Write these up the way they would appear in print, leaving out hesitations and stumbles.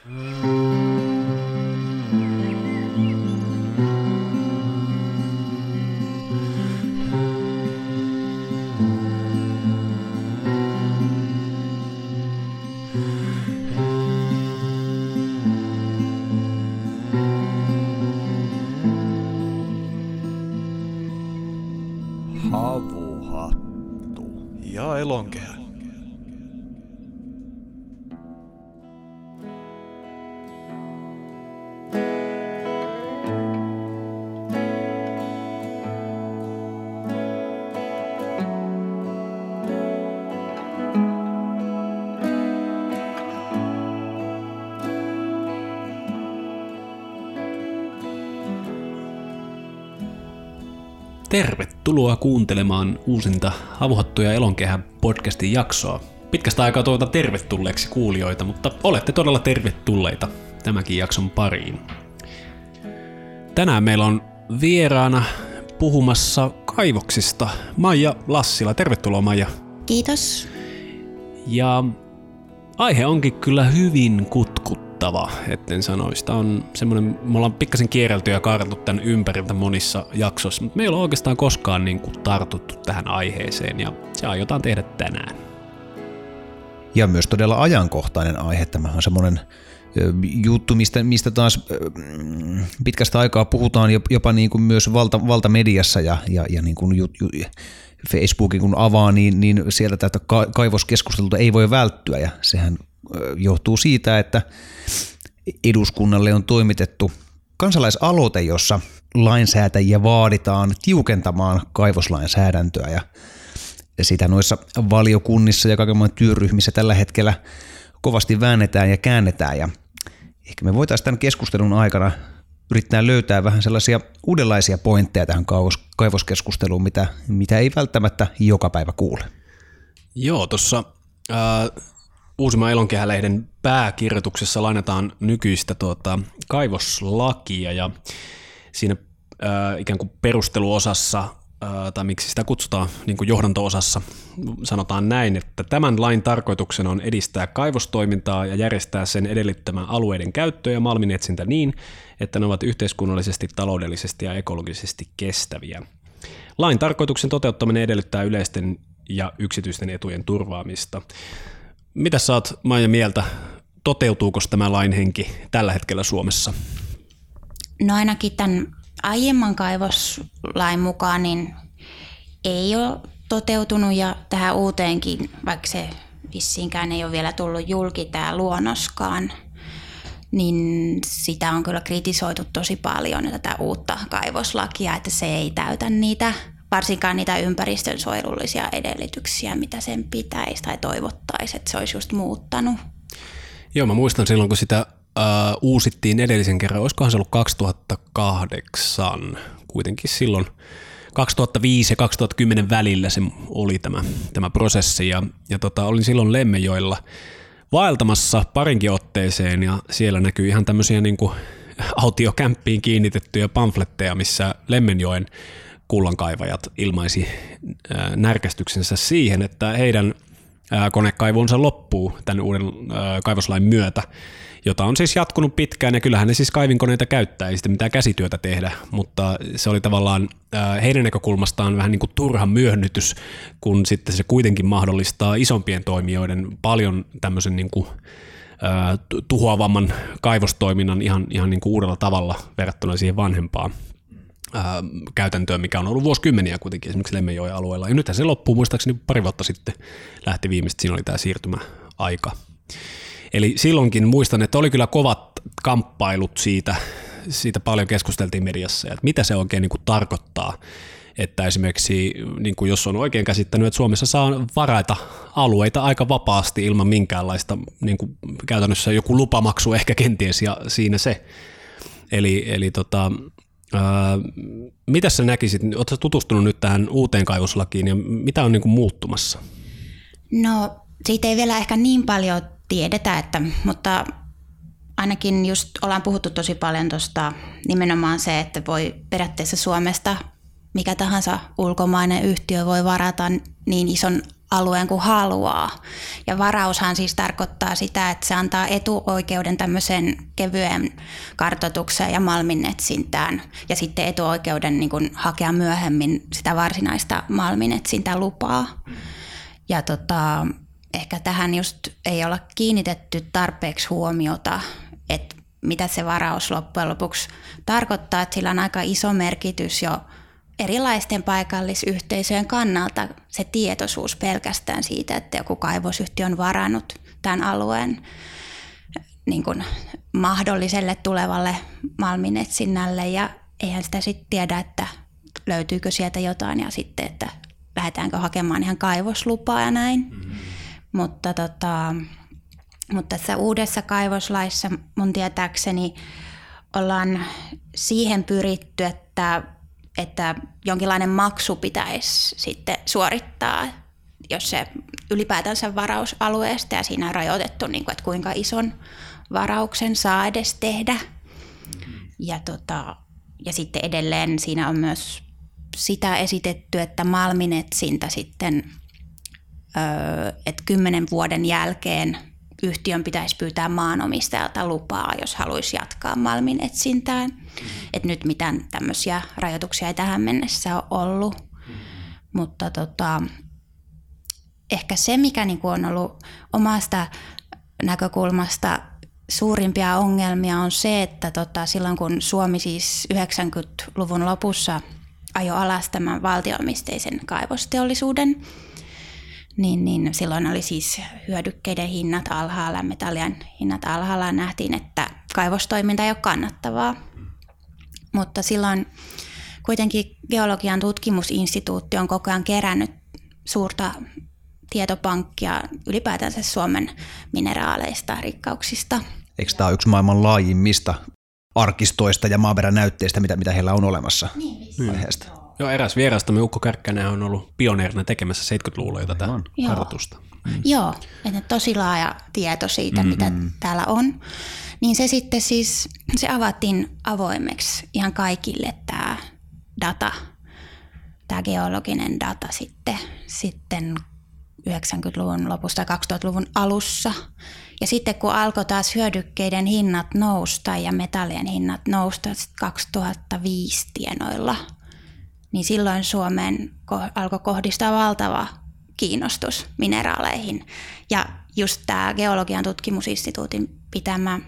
Havuhattu ja elonkehä. Tervetuloa kuuntelemaan uusinta Havuhattu ja elonkehä podcastin jaksoa. Pitkästä aikaa toivotan tervetulleeksi kuulijoita, mutta olette todella tervetulleita tämänkin jakson pariin. Tänään meillä on vieraana puhumassa kaivoksista Maija Lassila. Tervetuloa, Maija. Kiitos. Ja aihe onkin kyllä hyvin kutkuttava, etten sanoisi. Tämä on semmoinen, me ollaan pikkasen kierrelty ja kaareltu tämän ympäriltä monissa jaksoissa, mutta me ei ole oikeastaan koskaan niin kuin tartuttu tähän aiheeseen ja se aiotaan tehdä tänään. Ja myös todella ajankohtainen aihe. Tämähän on semmoinen juttu, mistä taas pitkästä aikaa puhutaan jopa niin kuin myös valtamediassa ja niin kuin Facebookin kun avaa, niin sieltä tätä kaivoskeskustelua ei voi välttyä ja sehän johtuu siitä, että eduskunnalle on toimitettu kansalaisaloite, jossa lainsäätäjiä vaaditaan tiukentamaan kaivoslainsäädäntöä ja sitä noissa valiokunnissa ja kaikenlaisissa työryhmissä tällä hetkellä kovasti väännetään ja käännetään ja ehkä me voitaisiin tämän keskustelun aikana yrittää löytää vähän sellaisia uudenlaisia pointteja tähän kaivoskeskusteluun, mitä ei välttämättä joka päivä kuule. Joo, tuossa Uusimman Elonkehälehden pääkirjoituksessa lainataan nykyistä kaivoslakia ja siinä ikään kuin perusteluosassa tai miksi sitä kutsutaan niin kuin johdanto-osassa sanotaan näin, että tämän lain tarkoituksena on edistää kaivostoimintaa ja järjestää sen edellyttämään alueiden käyttöä ja malminetsintä niin, että ne ovat yhteiskunnallisesti, taloudellisesti ja ekologisesti kestäviä. Lain tarkoituksen toteuttaminen edellyttää yleisten ja yksityisten etujen turvaamista. Mitä sä oot, Maija, mieltä? Toteutuuko tämä lain henki tällä hetkellä Suomessa? No ainakin tämän aiemman kaivoslain mukaan niin ei ole toteutunut ja tähän uuteenkin, vaikka se vissiinkään ei ole vielä tullut julki tämä luonnoskaan, niin sitä on kyllä kritisoitu tosi paljon tätä uutta kaivoslakia, että se ei täytä niitä, varsinkaan niitä ympäristönsuojelullisia edellytyksiä, mitä sen pitäisi tai toivottaisi, että se olisi just muuttanut. Joo, mä muistan silloin, kun sitä uusittiin edellisen kerran, olisikohan se ollut 2008, kuitenkin silloin 2005 ja 2010 välillä se oli tämä prosessi ja olin silloin Lemmenjoella vaeltamassa parinkin otteeseen ja siellä näkyy ihan tämmöisiä niin kuin autiokämppiin kiinnitettyjä pamfletteja, missä Lemmenjoen kullankaivajat ilmaisi närkästyksensä siihen, että heidän konekaivonsa loppuu tämän uuden kaivoslain myötä, jota on siis jatkunut pitkään ja kyllähän ne siis kaivinkoneita käyttää, ei sitä mitään käsityötä tehdä, mutta se oli tavallaan heidän näkökulmastaan vähän niin kuin turha myönnytys, kun sitten se kuitenkin mahdollistaa isompien toimijoiden paljon tämmöisen niin kuin tuhoavamman kaivostoiminnan ihan niin kuin uudella tavalla verrattuna siihen vanhempaan käytäntöön, mikä on ollut vuosikymmeniä kuitenkin esimerkiksi Lemmenjoen alueella. Ja nythän se loppuu, muistaakseni pari vuotta sitten lähti viimeistä, siinä oli tämä siirtymäaika. Eli silloinkin muistan, että oli kyllä kovat kamppailut siitä paljon keskusteltiin mediassa, että mitä se oikein niin kuin tarkoittaa, että esimerkiksi niin kuin jos on oikein käsittänyt, että Suomessa saa varaita alueita aika vapaasti ilman minkäänlaista niin kuin käytännössä joku lupamaksu ehkä kenties ja siinä se. Eli mitä sä näkisit, ootko tutustunut nyt tähän uuteen kaivoslakiin ja mitä on niin kuin muuttumassa? No siitä ei vielä ehkä niin paljon tiedetä, mutta ainakin just ollaan puhuttu tosi paljon tuosta nimenomaan se, että voi periaatteessa Suomesta mikä tahansa ulkomainen yhtiö voi varata niin ison alueen kuin haluaa. Ja varaushan siis tarkoittaa sitä, että se antaa etuoikeuden tämmöiseen kevyeen kartoitukseen ja malminetsintään ja sitten etuoikeuden niin kuin hakea myöhemmin sitä varsinaista malminetsintälupaa. Ja ehkä tähän just ei olla kiinnitetty tarpeeksi huomiota, että mitä se varaus loppujen lopuksi tarkoittaa, että sillä on aika iso merkitys jo erilaisten paikallisyhteisöjen kannalta se tietoisuus pelkästään siitä, että joku kaivosyhtiö on varannut tämän alueen niin kuin mahdolliselle tulevalle malminetsinnälle ja eihän sitä sitten tiedä, että löytyykö sieltä jotain ja sitten, että lähdetäänkö hakemaan ihan kaivoslupaa ja näin. Mutta tässä uudessa kaivoslaissa mun tietääkseni ollaan siihen pyritty, että jonkinlainen maksu pitäisi sitten suorittaa, jos se ylipäätänsä varausalueesta ja siinä on rajoitettu, niin kuin, että kuinka ison varauksen saa edes tehdä. Ja sitten edelleen siinä on myös sitä esitetty, että malminetsintä sitten, että 10 vuoden jälkeen yhtiön pitäisi pyytää maanomistajalta lupaa, jos haluaisi jatkaa malminetsintään. Että nyt mitään tämmöisiä rajoituksia ei tähän mennessä ole ollut. Mutta ehkä se, mikä niinku on ollut omasta näkökulmasta suurimpia ongelmia on se, että silloin kun Suomi siis 90-luvun lopussa ajoi alas tämän valtio-omisteisen kaivosteollisuuden, niin silloin oli siis hyödykkeiden hinnat alhaalla, metallien hinnat alhaalla ja nähtiin, että kaivostoiminta ei ole kannattavaa. Mutta silloin kuitenkin Geologian tutkimusinstituutti on koko ajan kerännyt suurta tietopankkia ylipäätänsä Suomen mineraaleista, rikkauksista. Eikö tämä ole yksi maailman laajimmista arkistoista ja maaperänäytteistä, mitä heillä on olemassa aiheesta? Joo, eräs vierastamme Ukko Kärkkänen on ollut pioneerina tekemässä 70-luvulla tätä kartoitusta. Joo, että tosi laaja tieto siitä, mitä täällä on. Niin se sitten siis, se avattiin avoimeksi ihan kaikille tämä data, tämä geologinen data sitten 90-luvun lopusta ja 2000-luvun alussa. Ja sitten kun alkoi taas hyödykkeiden hinnat nousta ja metallien hinnat nousta 2005 tienoilla, niin silloin Suomeen alkoi kohdistaa valtava kiinnostus mineraaleihin. Ja just tämä Geologian tutkimusinstituutin pitämä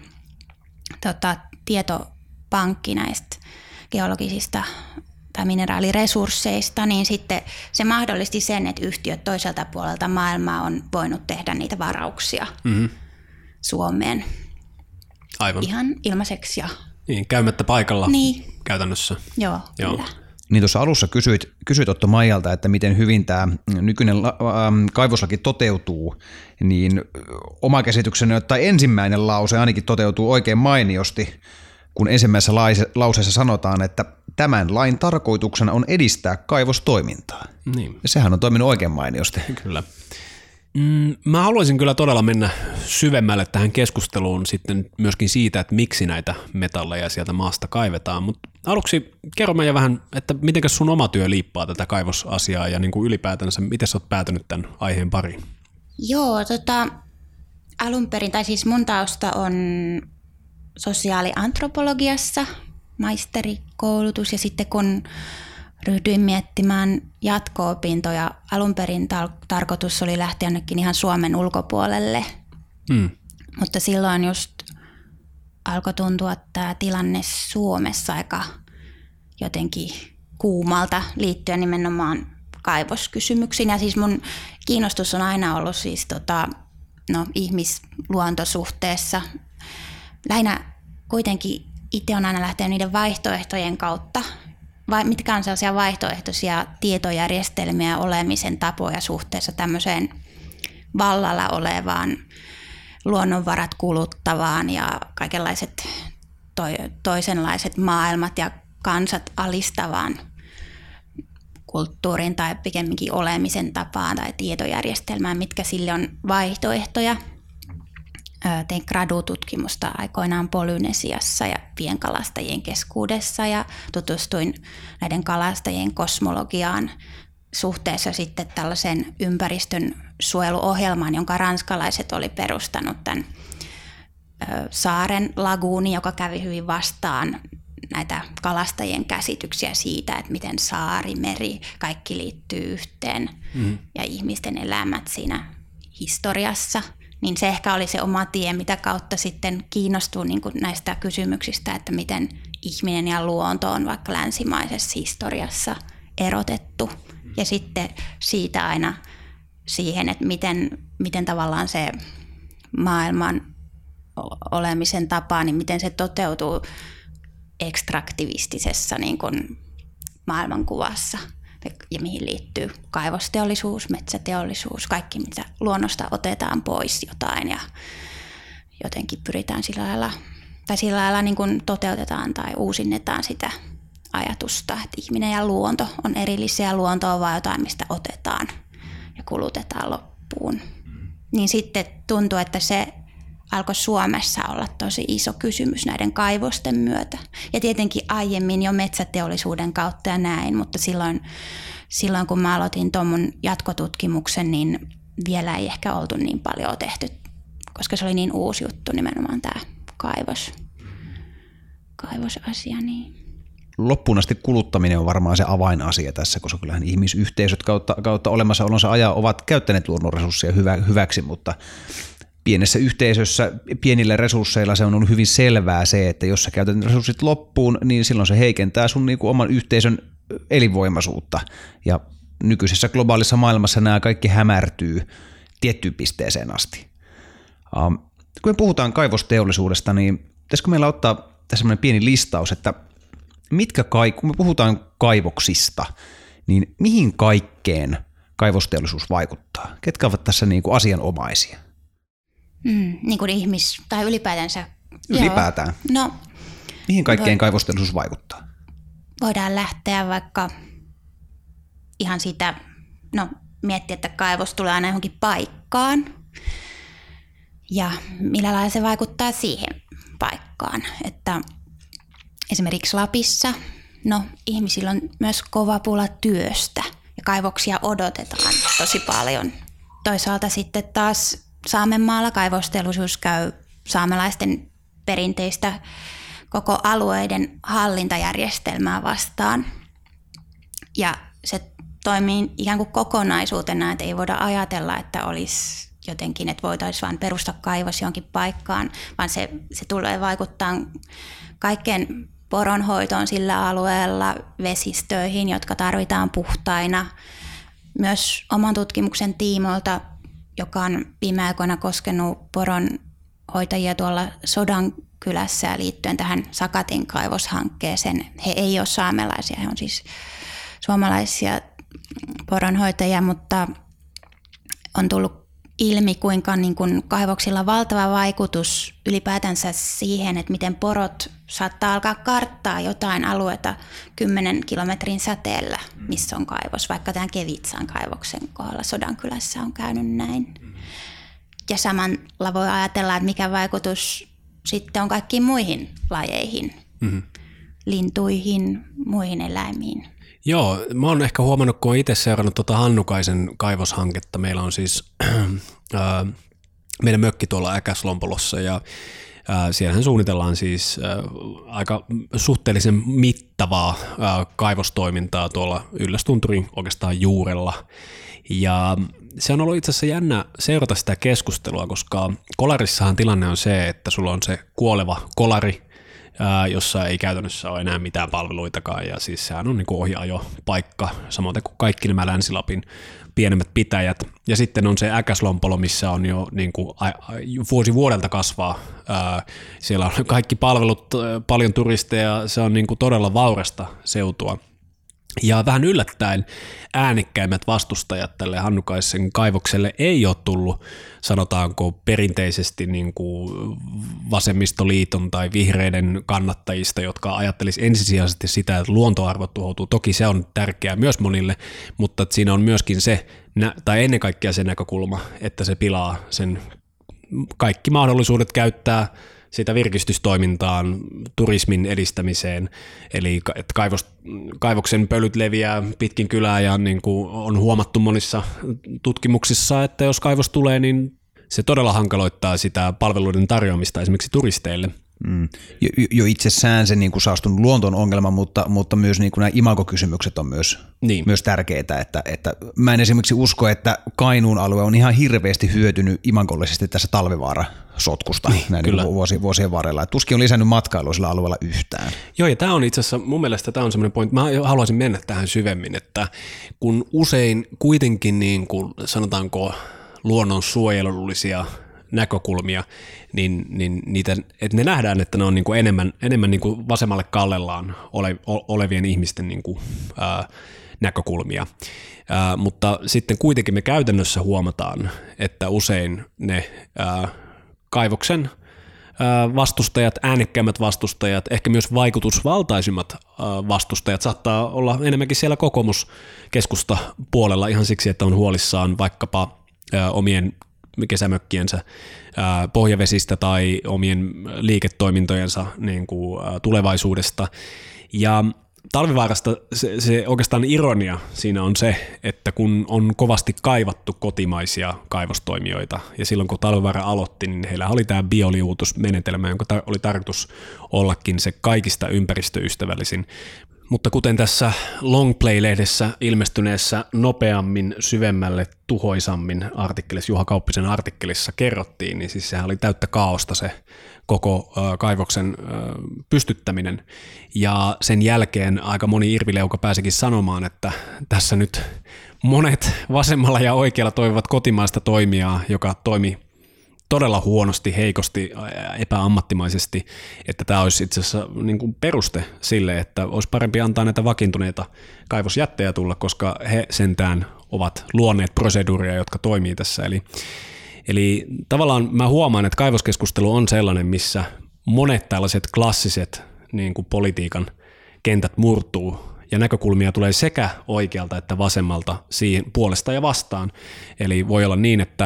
tietopankki näistä geologisista tai mineraaliresursseista, niin sitten se mahdollisti sen, että yhtiöt toiselta puolelta maailmaa on voinut tehdä niitä varauksia Suomeen. Aivan. Ihan ilmaiseksi. Niin, käymättä paikalla käytännössä. Joo, kyllä. Niin tuossa alussa kysyit Otto Maijalta, että miten hyvin tämä nykyinen kaivoslaki toteutuu, niin oma käsitykseni, tai ensimmäinen lause ainakin toteutuu oikein mainiosti, kun ensimmäisessä lauseessa sanotaan, että tämän lain tarkoituksena on edistää kaivostoimintaa. Niin. Ja sehän on toiminut oikein mainiosti. Kyllä. Mä haluaisin kyllä todella mennä syvemmälle tähän keskusteluun sitten myöskin siitä, että miksi näitä metalleja sieltä maasta kaivetaan, mutta aluksi kerro meidän vähän, että miten sun oma työ liippaa tätä kaivosasiaa ja niin kuin ylipäätänsä, miten sä oot päätynyt tämän aiheen pariin? Joo, alun perin, tai siis mun tausta on sosiaaliantropologiassa, maisterikoulutus ja sitten kun ryhdyin miettimään jatko-opintoja. Alun perin tarkoitus oli lähteä jonnekin ihan Suomen ulkopuolelle, mutta silloin just alkoi tuntua tämä tilanne Suomessa aika jotenkin kuumalta liittyen nimenomaan kaivoskysymyksiin. Ja siis mun kiinnostus on aina ollut siis ihmis-luontosuhteessa. Lähinnä kuitenkin itse on aina lähtenyt niiden vaihtoehtojen kautta. Mitkä on sellaisia vaihtoehtoisia tietojärjestelmiä olemisen tapoja suhteessa tämmöiseen vallalla olevaan, luonnonvarat kuluttavaan ja kaikenlaiset toisenlaiset maailmat ja kansat alistavaan kulttuurin tai pikemminkin olemisen tapaan tai tietojärjestelmään, mitkä sille on vaihtoehtoja. Tein gradututkimusta aikoinaan Polynesiassa ja pienkalastajien keskuudessa ja tutustuin näiden kalastajien kosmologiaan suhteessa sitten tällaiseen ympäristön suojeluohjelmaan, jonka ranskalaiset oli perustanut tämän saaren laguuni, joka kävi hyvin vastaan näitä kalastajien käsityksiä siitä, että miten saari, meri, kaikki liittyy yhteen ja ihmisten elämät siinä historiassa. Niin se ehkä oli se oma tie, mitä kautta sitten kiinnostuu niin kuin näistä kysymyksistä, että miten ihminen ja luonto on vaikka länsimaisessa historiassa erotettu. Ja sitten siitä aina siihen, että miten tavallaan se maailman olemisen tapa, niin miten se toteutuu ekstraktivistisessa niin kuin maailmankuvassa ja mihin liittyy kaivosteollisuus, metsäteollisuus, kaikki mitä luonnosta otetaan pois jotain ja jotenkin pyritään sillä lailla niin kuin toteutetaan tai uusinnetaan sitä ajatusta, että ihminen ja luonto on erillisiä, luonto on vain jotain, mistä otetaan ja kulutetaan loppuun. Niin sitten tuntuu, että se alkoi Suomessa olla tosi iso kysymys näiden kaivosten myötä. Ja tietenkin aiemmin jo metsäteollisuuden kautta ja näin, mutta silloin kun mä aloitin tuon mun jatkotutkimuksen, niin vielä ei ehkä oltu niin paljon tehty, koska se oli niin uusi juttu nimenomaan tämä kaivosasia. Niin. Loppuun asti kuluttaminen on varmaan se avainasia tässä, koska kyllähän ihmisyhteisöt kautta olemassaolonsa ajan ovat käyttäneet luonnonresursseja hyväksi, mutta pienessä yhteisössä, pienillä resursseilla se on ollut hyvin selvää se, että jos sä käytät resurssit loppuun, niin silloin se heikentää sun niin kuin oman yhteisön elinvoimaisuutta. Ja nykyisessä globaalissa maailmassa nämä kaikki hämärtyy tiettyyn pisteeseen asti. Kun me puhutaan kaivosteollisuudesta, niin pitäisikö meillä ottaa tässä sellainen pieni listaus, että kun me puhutaan kaivoksista, niin mihin kaikkeen kaivosteollisuus vaikuttaa? Ketkä ovat tässä niin kuin asianomaisia? Niin kuin tai ylipäätänsä. Ylipäätään. No, mihin kaikkeen kaivosteollisuus vaikuttaa? Voidaan lähteä vaikka ihan siitä, miettiä, että kaivos tulee aina johonkin paikkaan ja millä lailla se vaikuttaa siihen paikkaan. Että esimerkiksi Lapissa, ihmisillä on myös kova pula työstä ja kaivoksia odotetaan tosi paljon. Toisaalta sitten taas Saamenmaalla kaivosteollisuus käy saamelaisten perinteistä koko alueiden hallintajärjestelmää vastaan. Ja se toimii ikään kuin kokonaisuutena, että ei voida ajatella, että olisi jotenkin, että voitaisiin vain perustaa kaivos johonkin paikkaan, vaan se tulee vaikuttaa kaikkeen poronhoitoon sillä alueella, vesistöihin, jotka tarvitaan puhtaina. Myös oman tutkimuksen tiimoilta, joka on viime aikoina koskenut poronhoitajia tuolla Sodankylässä liittyen tähän Sakatin kaivoshankkeeseen. He ei ole saamelaisia, he on siis suomalaisia poronhoitajia, mutta on tullut ilmi, kuinka niin kuin kaivoksilla on valtava vaikutus ylipäätänsä siihen, että miten porot saattaa alkaa karttaa jotain aluetta 10 kilometrin säteellä, missä on kaivos. Vaikka tämän Kevitsan kaivoksen kohdalla Sodankylässä on käynyt näin. Ja samalla voi ajatella, että mikä vaikutus sitten on kaikkiin muihin lajeihin, lintuihin, muihin eläimiin. Joo, mä oon ehkä huomannut, kun oon itse seurannut Hannukaisen kaivoshanketta. Meillä on siis meidän mökki tuolla Äkäslompolossa ja siellähän suunnitellaan siis aika suhteellisen mittavaa kaivostoimintaa tuolla Yllästunturin oikeastaan juurella. Ja se on ollut itse asiassa jännä seurata sitä keskustelua, koska kolarissahan tilanne on se, että sulla on se kuoleva kolari, jossa ei käytännössä ole enää mitään palveluitakaan, ja siis sehän on niin kuin ohiajopaikka, samoin kuin kaikki nämä Länsi-Lapin pienemmät pitäjät. Ja sitten on se Äkäslompolo, missä on jo niin kuin vuosi vuodelta kasvaa. Siellä on kaikki palvelut, paljon turisteja, se on niin kuin todella vaurasta seutua. Ja vähän yllättäen äänekkäimmät vastustajat tälle Hannukaisen kaivokselle ei ole tullut, sanotaanko perinteisesti niin kuin vasemmistoliiton tai vihreiden kannattajista, jotka ajattelisi ensisijaisesti sitä, että luontoarvot tuhoutuu. Toki se on tärkeää myös monille, mutta siinä on myöskin se, tai ennen kaikkea se näkökulma, että se pilaa sen kaikki mahdollisuudet käyttää sitä virkistystoimintaan, turismin edistämiseen, eli että kaivoksen pölyt leviää pitkin kylää ja niin kuin on huomattu monissa tutkimuksissa, että jos kaivos tulee, niin se todella hankaloittaa sitä palveluiden tarjoamista esimerkiksi turisteille. Jo itsessään se niin kuin saastunut luonto on ongelma, mutta myös niin kuin nämä imagokysymykset on myös tärkeitä. Että mä en esimerkiksi usko, että Kainuun alue on ihan hirveästi hyötynyt imagollisesti tässä talvivaara-sotkusta näin niin vuosien varrella. Tuskin on lisännyt matkailua sillä alueella yhtään. Joo, ja tämä on itse asiassa, mun mielestä tämä on semmoinen pointti, mä haluaisin mennä tähän syvemmin, että kun usein kuitenkin niin kuin sanotaanko luonnonsuojelullisia näkökulmia, niin niitä, että ne nähdään, että ne on niin kuin enemmän niin kuin vasemmalle kallellaan olevien ihmisten niin kuin, näkökulmia. Mutta sitten kuitenkin me käytännössä huomataan, että usein ne kaivoksen vastustajat, äänekkäimmät vastustajat, ehkä myös vaikutusvaltaisimmat vastustajat saattaa olla enemmänkin siellä kokoomuskeskusta puolella ihan siksi, että on huolissaan vaikkapa omien kesämökkiensä pohjavesistä tai omien liiketoimintojensa niin kuin, tulevaisuudesta. Ja Talvivaarasta se oikeastaan ironia siinä on se, että kun on kovasti kaivattu kotimaisia kaivostoimijoita, ja silloin kun Talvivaara aloitti, niin heillä oli tämä bioliuotusmenetelmä, jonka oli tarkoitus ollakin se kaikista ympäristöystävällisin. Mutta kuten tässä Longplay-lehdessä ilmestyneessä nopeammin, syvemmälle, tuhoisammin artikkelissa, Juha Kauppisen artikkelissa kerrottiin, niin siis sehän oli täyttä kaaosta se koko kaivoksen pystyttäminen. Ja sen jälkeen aika moni irvileuka pääsikin sanomaan, että tässä nyt monet vasemmalla ja oikealla toivovat kotimaista toimijaa, joka toimi todella huonosti, heikosti, epäammattimaisesti, että tämä olisi itse asiassa niin kuin peruste sille, että olisi parempi antaa näitä vakiintuneita kaivosjättejä tulla, koska he sentään ovat luoneet proseduuria, jotka toimii tässä. Eli tavallaan mä huomaan, että kaivoskeskustelu on sellainen, missä monet tällaiset klassiset niin kuin politiikan kentät murtuu ja näkökulmia tulee sekä oikealta että vasemmalta siihen puolesta ja vastaan. Eli voi olla niin, että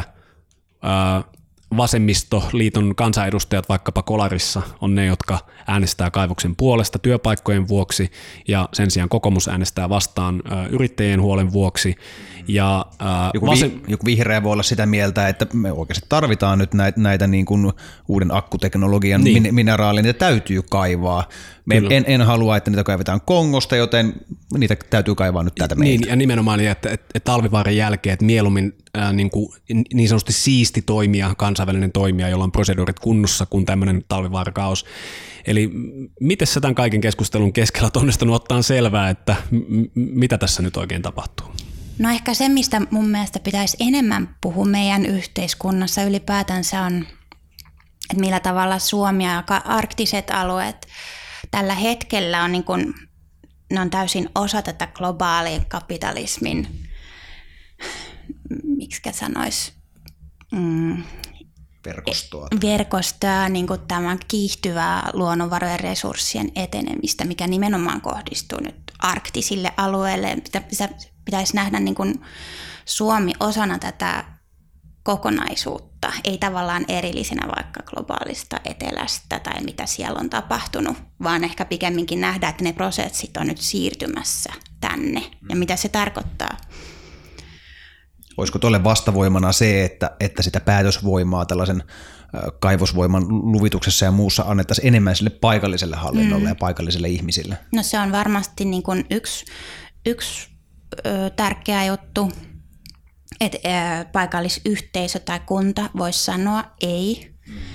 vasemmistoliiton kansanedustajat vaikkapa Kolarissa on ne, jotka äänestää kaivoksen puolesta työpaikkojen vuoksi, ja sen sijaan kokoomus äänestää vastaan yrittäjien huolen vuoksi. Ja, joku vihreä voi olla sitä mieltä, että me oikeasti tarvitaan nyt näitä niin kuin uuden akkuteknologian mineraalin, niitä täytyy kaivaa. En halua, että niitä kaivetaan Kongosta, joten niitä täytyy kaivaa nyt täältä meiltä. Niin, ja nimenomaan, että Talvivaaran jälkeen, että mieluummin niin sanotusti siisti toimija, kansainvälinen toimija, jolla on proseduurit kunnossa, kuin tämmöinen talvivaarakaos. Eli miten sä tämän kaiken keskustelun keskellä on onnistunut ottaa selvää, että mitä tässä nyt oikein tapahtuu? No ehkä se, mistä mun mielestä pitäisi enemmän puhua meidän yhteiskunnassa ylipäätänsä on, että millä tavalla Suomi ja arktiset alueet tällä hetkellä on, niin kuin, ne on täysin osa tätä globaalin kapitalismin, miksikä sanoisi, verkostoa, niin kuin tämän kiihtyvää luonnonvarojen resurssien etenemistä, mikä nimenomaan kohdistuu nyt arktisille alueille. Pitäisi nähdä niin kuin Suomi osana tätä kokonaisuutta, ei tavallaan erillisenä vaikka globaalista etelästä tai mitä siellä on tapahtunut, vaan ehkä pikemminkin nähdä, että ne prosessit on nyt siirtymässä tänne ja mitä se tarkoittaa. Olisiko tuolle vastavoimana se, että sitä päätösvoimaa tällaisen kaivosvoiman luvituksessa ja muussa annettaisiin enemmän sille paikalliselle hallinnolle ja paikallisille ihmisille? No se on varmasti niin kuin yksi tärkeä juttu, että paikallisyhteisö tai kunta voisi sanoa ei.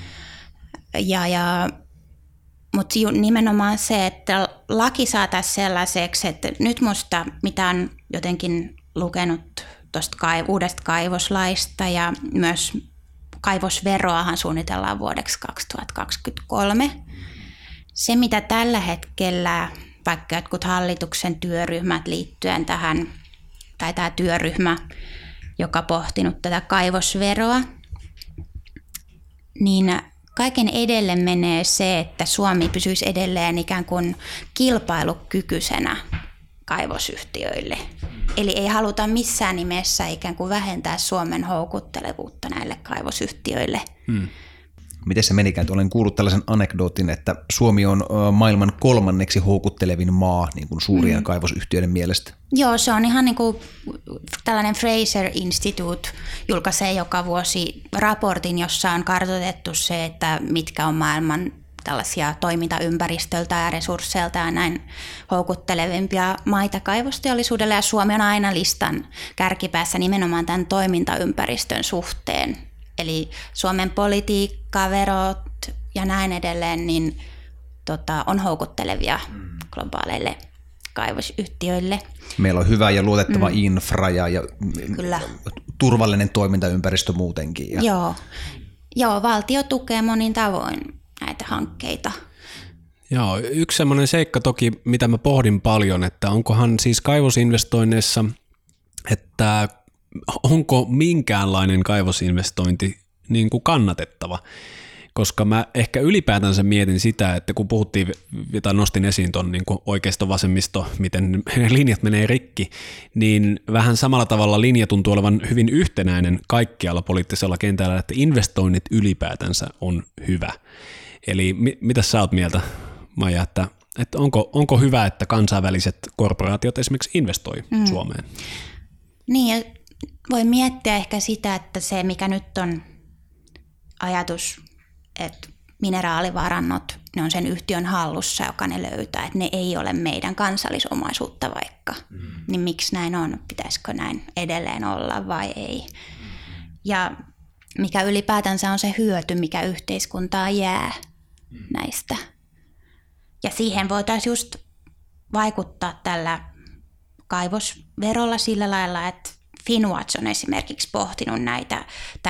Mutta nimenomaan se, että laki saataisiin sellaiseksi, että nyt musta mitä on jotenkin lukenut tuosta uudesta kaivoslaista ja myös kaivosveroahan suunnitellaan vuodeksi 2023. Se, mitä tällä hetkellä vaikka jotkut hallituksen työryhmät liittyen tähän, tai tämä työryhmä, joka pohtinut tätä kaivosveroa, niin kaiken edelle menee se, että Suomi pysyisi edelleen ikään kuin kilpailukykyisenä kaivosyhtiöille. Eli ei haluta missään nimessä ikään kuin vähentää Suomen houkuttelevuutta näille kaivosyhtiöille. Miten se menikään? Olen kuullut tällaisen anekdootin, että Suomi on maailman 3. houkuttelevin maa niin kuin suurien kaivosyhtiöiden mielestä. Joo, se on ihan niin kuin tällainen Fraser Institute julkaisee joka vuosi raportin, jossa on kartoitettu se, että mitkä on maailman tällaisia toimintaympäristöltä ja resursseilta ja näin houkuttelevimpia maita kaivosteollisuudelle. Ja Suomi on aina listan kärkipäässä nimenomaan tämän toimintaympäristön suhteen. Eli Suomen politiikka, verot ja näin edelleen niin, on houkuttelevia globaaleille kaivosyhtiöille. Meillä on hyvä ja luotettava infra ja Kyllä. turvallinen toimintaympäristö muutenkin. Joo, valtio tukee monin tavoin näitä hankkeita. Joo, yksi semmoinen seikka toki, mitä mä pohdin paljon, että onkohan siis kaivosinvestoinneissa, että onko minkäänlainen kaivosinvestointi niin kuin kannatettava, koska mä ehkä ylipäätänsä mietin sitä, että kun puhuttiin, tai nostin esiin tuon niin oikeisto-vasemmisto, miten linjat menee rikki, niin vähän samalla tavalla linja tuntuu olevan hyvin yhtenäinen kaikkialla poliittisella kentällä, että investoinnit ylipäätänsä on hyvä. Eli mitä sä oot mieltä, Maija, että onko hyvä, että kansainväliset korporaatiot esimerkiksi investoi Suomeen? Niin, ja voi miettiä ehkä sitä, että se mikä nyt on ajatus, että mineraalivarannot, ne on sen yhtiön hallussa, joka ne löytää, että ne ei ole meidän kansallisomaisuutta vaikka. Niin miksi näin on? Pitäisikö näin edelleen olla vai ei? Ja mikä ylipäätänsä on se hyöty, mikä yhteiskuntaan jää näistä. Ja siihen voitaisiin just vaikuttaa tällä kaivosverolla sillä lailla, että Finnwatch on esimerkiksi pohtinut näitä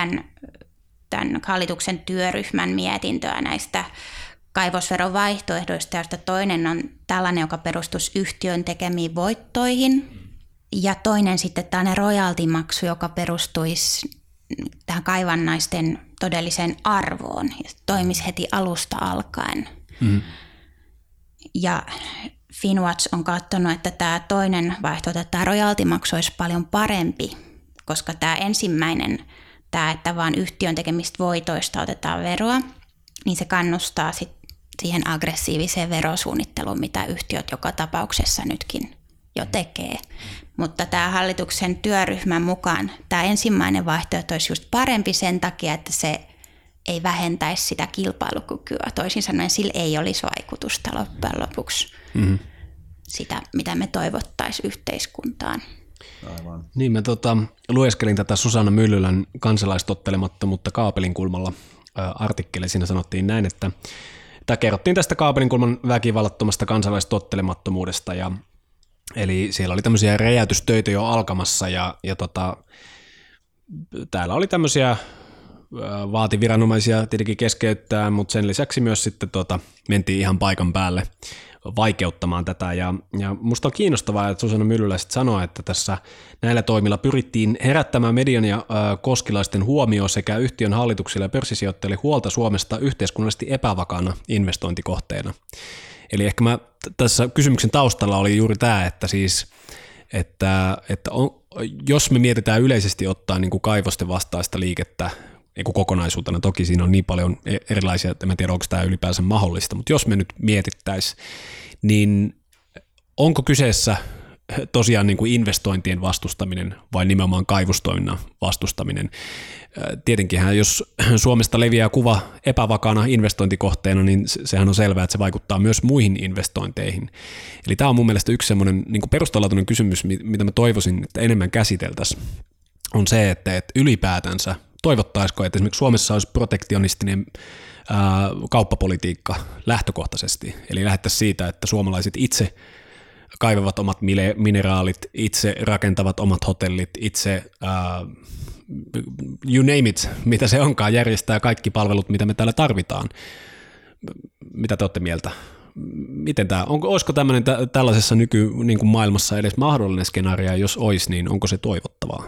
tämän hallituksen työryhmän mietintöä näistä kaivosveron vaihtoehdoista, joista toinen on tällainen, joka perustuisi yhtiön tekemiin voittoihin, ja toinen sitten tällainen royaltimaksu, joka perustuisi tähän kaivannaisten todelliseen arvoon ja toimisi heti alusta alkaen. Ja Finnwatch on katsonut, että tämä toinen vaihtoehto, tämä royaltimaksu olisi paljon parempi, koska tämä ensimmäinen, että vaan yhtiön tekemistä voitoista otetaan veroa, niin se kannustaa siihen aggressiiviseen verosuunnitteluun, mitä yhtiöt joka tapauksessa nytkin jo tekee. Mutta tämä hallituksen työryhmän mukaan tämä ensimmäinen vaihtoehto olisi just parempi sen takia, että se ei vähentäisi sitä kilpailukykyä. Toisin sanoen sillä ei olisi vaikutusta loppujen lopuksi sitä, mitä me toivottaisiin yhteiskuntaan. Aivan. Niin, mä lueskelin tätä Susanna Myllylän kansalaistottelemattomuutta kaapelin kulmalla artikkeli. Siinä sanottiin näin, että kerrottiin tästä kaapelin kulman väkivallattomasta kansalaistottelemattomuudesta. Eli siellä oli tämmöisiä räjäytystöitä jo alkamassa ja täällä oli tämmöisiä vaativiranomaisia tietenkin keskeyttää, mutta sen lisäksi myös sitten mentiin ihan paikan päälle vaikeuttamaan tätä. Ja musta on kiinnostavaa, että Susanna Myllylä sitten sanoi, että tässä näillä toimilla pyrittiin herättämään median ja koskilaisten huomioon sekä yhtiön hallituksille ja pörssisijoittajille huolta Suomesta yhteiskunnallisesti epävakaana investointikohteena. Eli ehkä tässä kysymyksen taustalla oli juuri tämä, että siis, jos me mietitään yleisesti ottaen niin kuin kaivosten vastaista liikettä kokonaisuutena, toki siinä on niin paljon erilaisia, että en tiedä, onko tämä ylipäänsä mahdollista, mutta jos me nyt mietittäisiin, niin onko kyseessä tosiaan niin kuin investointien vastustaminen vai nimenomaan kaivostoiminnan vastustaminen? Tietenkinhän, jos Suomesta leviää kuva epävakaana investointikohteena, niin sehän on selvää, että se vaikuttaa myös muihin investointeihin. Eli tämä on mun mielestä yksi semmoinen niin kuin perustavanlaatuinen kysymys, mitä mä toivoisin, että enemmän käsiteltäisiin, on se, että ylipäätänsä toivottaisiko, että esimerkiksi Suomessa olisi protektionistinen kauppapolitiikka lähtökohtaisesti, eli lähdettäisiin siitä, että suomalaiset itse kaivavat omat mineraalit, itse rakentavat omat hotellit, itse you name it, mitä se onkaan, järjestää kaikki palvelut, mitä me täällä tarvitaan. Mitä te olette mieltä? Miten olisiko tämmöinen tällaisessa niin kuin maailmassa edes mahdollinen skenaario, jos olisi, niin onko se toivottavaa?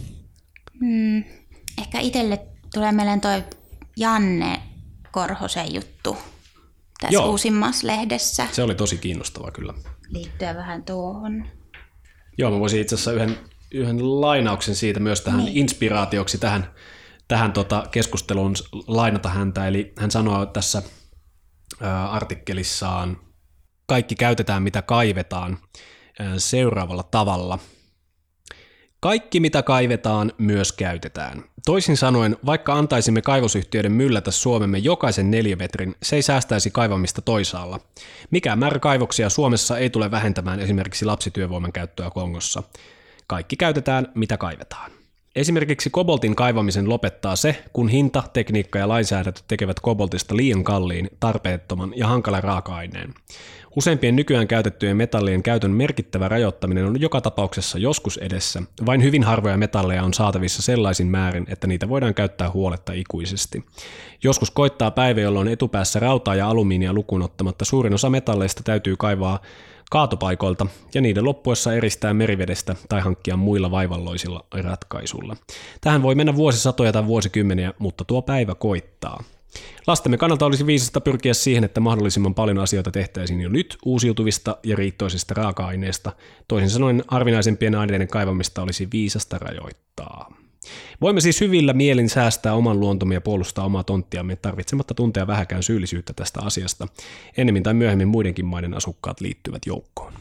Ehkä itselle tulee mieleen toi Janne Korhosen juttu tässä uusimmassa lehdessä. Se oli tosi kiinnostava kyllä. Liittyen vähän tuohon. Joo, mä voisin itse asiassa yhden lainauksen siitä myös tähän inspiraatioksi tähän keskusteluun lainata häntä, eli hän sanoo tässä artikkelissaan, kaikki käytetään mitä kaivetaan seuraavalla tavalla. Kaikki mitä kaivetaan myös käytetään. Toisin sanoen, vaikka antaisimme kaivosyhtiöiden myllätä Suomemme jokaisen 4 metrin, se ei säästäisi kaivamista toisaalla. Mikään määrä kaivoksia Suomessa ei tule vähentämään esimerkiksi lapsityövoiman käyttöä Kongossa. Kaikki käytetään mitä kaivetaan. Esimerkiksi koboltin kaivamisen lopettaa se, kun hinta, tekniikka ja lainsäädäntö tekevät koboltista liian kalliin, tarpeettoman ja hankalan raaka-aineen. Useimpien nykyään käytettyjen metallien käytön merkittävä rajoittaminen on joka tapauksessa joskus edessä. Vain hyvin harvoja metalleja on saatavissa sellaisin määrin, että niitä voidaan käyttää huoletta ikuisesti. Joskus koittaa päivä, jolloin etupäässä rautaa ja alumiinia lukuun ottamatta suurin osa metalleista täytyy kaivaa kaatopaikoilta ja niiden loppuessa eristää merivedestä tai hankkia muilla vaivalloisilla ratkaisuilla. Tähän voi mennä vuosisatoja tai vuosikymmeniä, mutta tuo päivä koittaa. Lastemme kannalta olisi viisasta pyrkiä siihen, että mahdollisimman paljon asioita tehtäisiin jo nyt uusiutuvista ja riittoisista raaka-aineista. Toisin sanoen harvinaisempien aineiden kaivamista olisi viisasta rajoittaa. Voimme siis hyvillä mielin säästää oman luontomme ja puolustaa omaa tonttiamme tarvitsematta tuntea vähäkään syyllisyyttä tästä asiasta. Ennemmin tai myöhemmin muidenkin maiden asukkaat liittyvät joukkoon.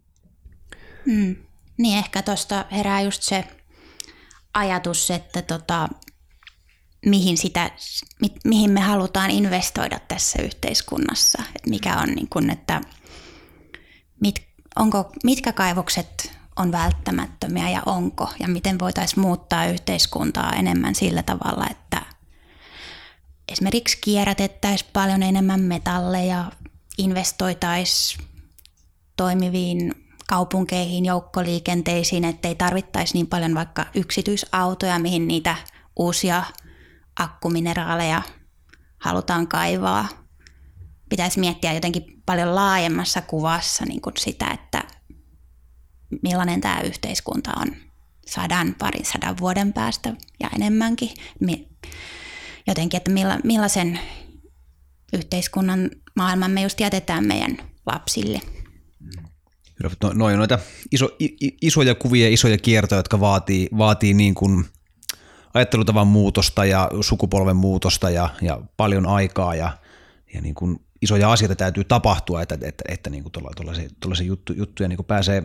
Niin ehkä tuosta herää just se ajatus, että mihin me halutaan investoida tässä yhteiskunnassa. Että mikä on niin kuin, että mitkä kaivokset on välttämättömiä ja onko, ja miten voitaisiin muuttaa yhteiskuntaa enemmän sillä tavalla, että esimerkiksi kierrätettäisiin paljon enemmän metalleja, investoitaisiin toimiviin kaupunkeihin, joukkoliikenteisiin, ettei tarvittaisi niin paljon vaikka yksityisautoja, mihin niitä uusia akkumineraaleja halutaan kaivaa. Pitäisi miettiä jotenkin paljon laajemmassa kuvassa niin kuin sitä, että millainen tämä yhteiskunta on 100 vuoden päästä ja enemmänkin. Jotenkin, että millaisen yhteiskunnan maailman me just jätetään meidän lapsille. Noin noita isoja kuvia ja isoja kiertoja, jotka vaatii niin kuin ajattelutavan muutosta ja sukupolven muutosta ja paljon aikaa ja niin kuin isoja asioita täytyy tapahtua, että niin kuin tuollaisia juttuja niin kuin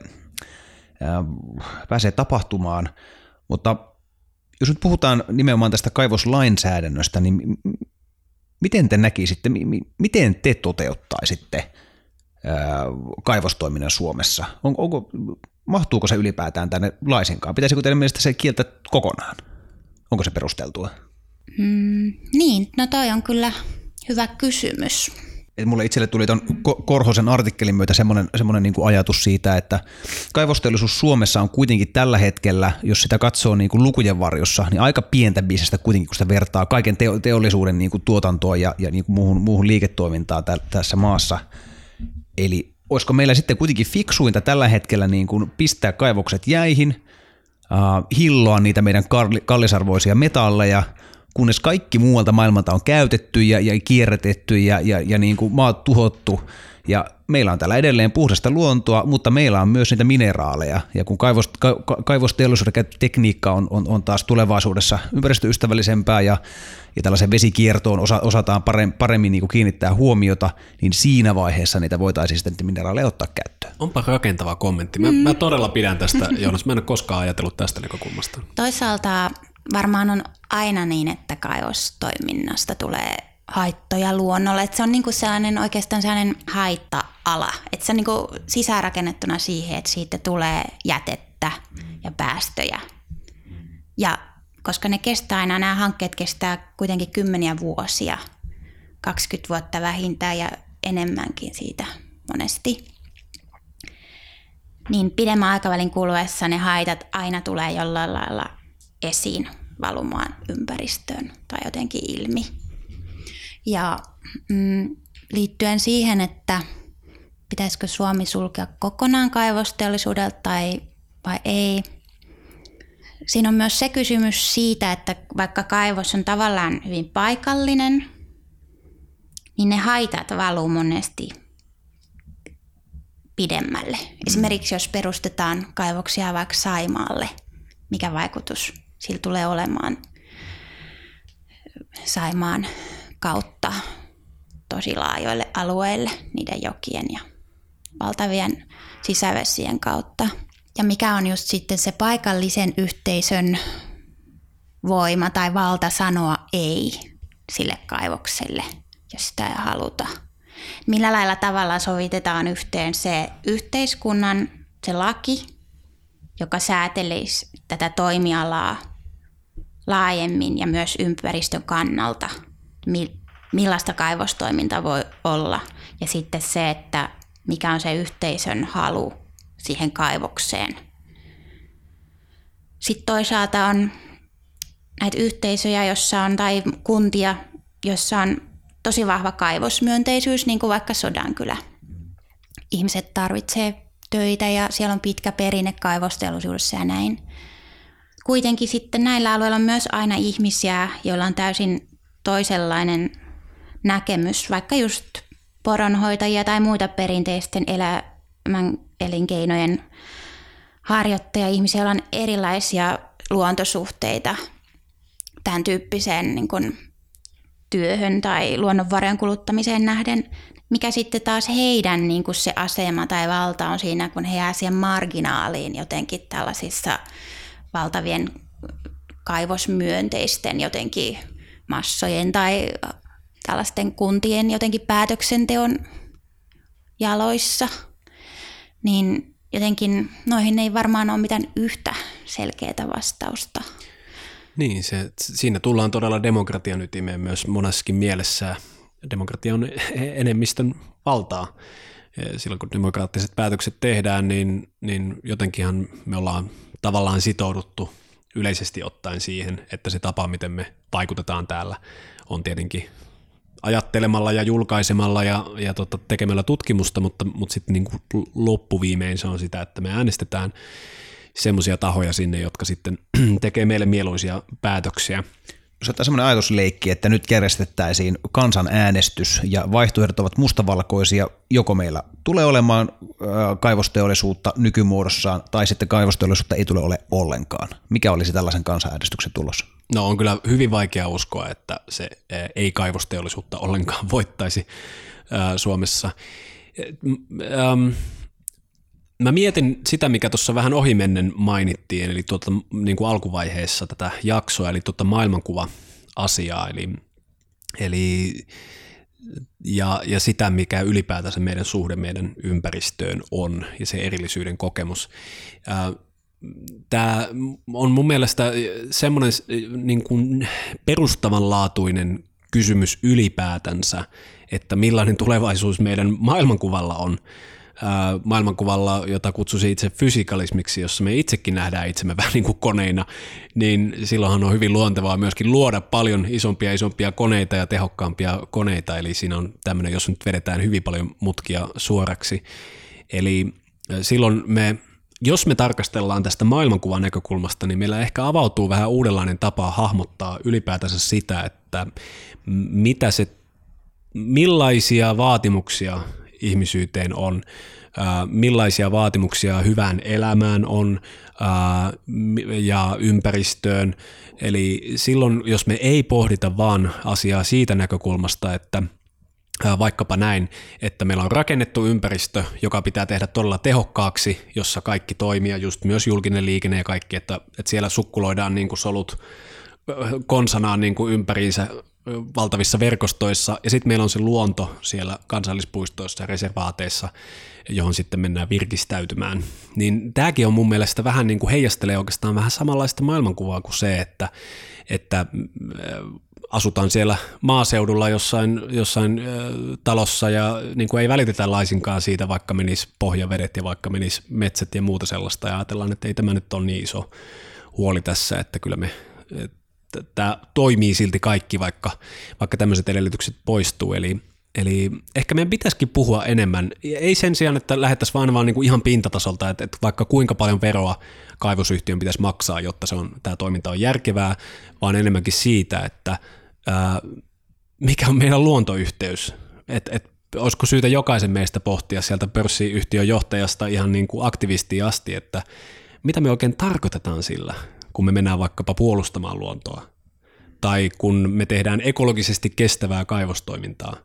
pääsee tapahtumaan. Mutta jos nyt puhutaan nimenomaan tästä kaivoslainsäädännöstä, niin miten te näkisitte, miten te toteuttaisitte kaivostoiminnan Suomessa? Mahtuuko se ylipäätään tänne laisinkaan? Pitäisikö teidän mielestä se kieltää kokonaan? Onko se perusteltua? Niin, no toi on kyllä hyvä kysymys. Et mulle itselle tuli tuon Korhosen artikkelin myötä semmoinen niin kuin ajatus siitä, että kaivosteollisuus Suomessa on kuitenkin tällä hetkellä, jos sitä katsoo niin kuin lukujen varjossa, niin aika pientä bisnestä kuitenkin, kun sitä vertaa kaiken teollisuuden niin kuin tuotantoa ja niin kuin muuhun liiketoimintaan tässä maassa. Eli olisiko meillä sitten kuitenkin fiksuinta tällä hetkellä niin kuin pistää kaivokset jäihin, hilloa niitä meidän kallisarvoisia metalleja, kunnes kaikki muualta maailmalta on käytetty ja kierrätetty ja niin kuin maat tuhottu. Ja meillä on täällä edelleen puhdasta luontoa, mutta meillä on myös niitä mineraaleja. Ja kun kaivosteollisuuden tekniikka on taas tulevaisuudessa ympäristöystävällisempää ja tällaisen vesikiertoon osataan paremmin niin kuin kiinnittää huomiota, niin siinä vaiheessa niitä voitaisiin sitten mineraaleja ottaa käyttöön. Onpa rakentava kommentti. Mä todella pidän tästä, Joonas. Mä en ole koskaan ajatellut tästä näkökulmasta. Toisaalta varmaan on aina niin, että kaivostoiminnasta tulee haittoja luonnolle. Että se on niinku oikeastaan sellainen haitta-ala. Että se on niinku sisäänrakennettuna siihen, että siitä tulee jätettä ja päästöjä. Ja koska nämä hankkeet kestää kuitenkin 10 vuosia, 20 vuotta vähintään ja enemmänkin siitä monesti, niin pidemmän aikavälin kuluessa ne haitat aina tulee jollain lailla esiin valumaan ympäristöön tai jotenkin ilmi. Ja liittyen siihen, että pitäisikö Suomi sulkea kokonaan kaivosteollisuudelta vai ei, siinä on myös se kysymys siitä, että vaikka kaivos on tavallaan hyvin paikallinen, niin ne haitat valuu monesti pidemmälle. Esimerkiksi jos perustetaan kaivoksia vaikka Saimaalle, mikä vaikutus sillä tulee olemaan Saimaan kautta tosi laajoille alueille niiden jokien ja valtavien sisävesien kautta. Ja mikä on just sitten se paikallisen yhteisön voima tai valta sanoa ei sille kaivokselle, jos sitä ei haluta. Millä lailla tavalla sovitetaan yhteen se yhteiskunnan, se laki, joka säätelisi tätä toimialaa laajemmin ja myös ympäristön kannalta, millaista kaivostoiminta voi olla. Ja sitten se, että mikä on se yhteisön halu siihen kaivokseen. Sitten toisaalta on näitä yhteisöjä, tai kuntia, jossa on tosi vahva kaivosmyönteisyys, niin kuin vaikka Sodankylä. Ihmiset tarvitsee töitä ja siellä on pitkä perinne kaivosteollisuudessa ja näin. Kuitenkin sitten näillä alueilla on myös aina ihmisiä, joilla on täysin toisenlainen näkemys, vaikka just poronhoitajia tai muita perinteisten elämän elinkeinojen harjoittajia, ihmisiä, joilla on erilaisia luontosuhteita tämän tyyppiseen niin kuin työhön tai luonnonvarojen kuluttamiseen nähden, mikä sitten taas heidän niin kuin se asema tai valta on siinä, kun he jää siihen marginaaliin jotenkin tällaisissa valtavien kaivosmyönteisten jotenkin massojen tai tällaisten kuntien jotenkin päätöksenteon jaloissa, niin jotenkin noihin ei varmaan ole mitään yhtä selkeää vastausta. Niin, siinä tullaan todella demokratian ytimeen myös monessakin mielessä. Demokratia on enemmistön valtaa. Silloin kun demokraattiset päätökset tehdään, niin jotenkinhan me ollaan tavallaan sitouduttu yleisesti ottaen siihen, että se tapa, miten me vaikutetaan täällä, on tietenkin ajattelemalla ja julkaisemalla ja tekemällä tutkimusta, mutta sitten niin kuin loppuviimein se on sitä, että me äänestetään semmoisia tahoja sinne, jotka sitten tekee meille mieluisia päätöksiä. Jos ottaa semmoinen ajatusleikki, että nyt järjestettäisiin kansanäänestys ja vaihtoehdot ovat mustavalkoisia, joko meillä tulee olemaan kaivosteollisuutta nykymuodossaan tai sitten kaivosteollisuutta ei tule ole ollenkaan. Mikä olisi tällaisen kansanäänestyksen tulos? No on kyllä hyvin vaikea uskoa, että se ei kaivosteollisuutta ollenkaan voittaisi Suomessa. Mä mietin sitä, mikä tuossa vähän ohimennen mainittiin, eli niin kuin alkuvaiheessa tätä jaksoa, eli maailmankuva-asiaa, ja sitä, mikä ylipäätänsä meidän suhde meidän ympäristöön on, ja se erillisyyden kokemus. Tämä on mun mielestä semmoinen niin kuin perustavanlaatuinen kysymys ylipäätänsä, että millainen tulevaisuus meidän maailmankuvalla on. Maailmankuvalla, jota kutsuisin itse fysikalismiksi, jossa me itsekin nähdään itsemme vähän niin kuin koneina, niin silloinhan on hyvin luontevaa myöskin luoda paljon isompia koneita ja tehokkaampia koneita, eli siinä on tämmöinen, jos nyt vedetään hyvin paljon mutkia suoraksi. Eli silloin jos me tarkastellaan tästä maailmankuvan näkökulmasta, niin meillä ehkä avautuu vähän uudenlainen tapa hahmottaa ylipäätänsä sitä, että millaisia vaatimuksia ihmisyyteen on, millaisia vaatimuksia hyvään elämään on ja ympäristöön. Eli silloin, jos me ei pohdita vaan asiaa siitä näkökulmasta, että vaikkapa näin, että meillä on rakennettu ympäristö, joka pitää tehdä todella tehokkaaksi, jossa kaikki toimii, ja just myös julkinen liikenne ja kaikki, että siellä sukkuloidaan niin kuin solut konsanaan niin kuin ympäriinsä valtavissa verkostoissa, ja sitten meillä on se luonto siellä kansallispuistoissa ja reservaateissa, johon sitten mennään virkistäytymään. Niin tämäkin on mun mielestä vähän niin kuin heijastelee oikeastaan vähän samanlaista maailmankuvaa kuin se, että asutaan siellä maaseudulla jossain talossa ja niin kuin ei välitetä laisinkaan siitä, vaikka menisi pohjavedet ja vaikka menisi metsät ja muuta sellaista, ja ajatellaan, että ei tämä nyt ole niin iso huoli tässä, että kyllä tämä toimii silti kaikki, vaikka tämmöiset edellytykset poistuu. Eli ehkä meidän pitäisikin puhua enemmän, ei sen sijaan, että lähdettäisiin vaan niin kuin ihan pintatasolta, että vaikka kuinka paljon veroa kaivosyhtiön pitäisi maksaa, jotta tämä toiminta on järkevää, vaan enemmänkin siitä, että mikä on meidän luontoyhteys. Että olisiko syytä jokaisen meistä pohtia sieltä pörssiyhtiön johtajasta ihan niin kuin aktivistiin asti, että mitä me oikein tarkoitetaan sillä, kun me mennään vaikkapa puolustamaan luontoa tai kun me tehdään ekologisesti kestävää kaivostoimintaa?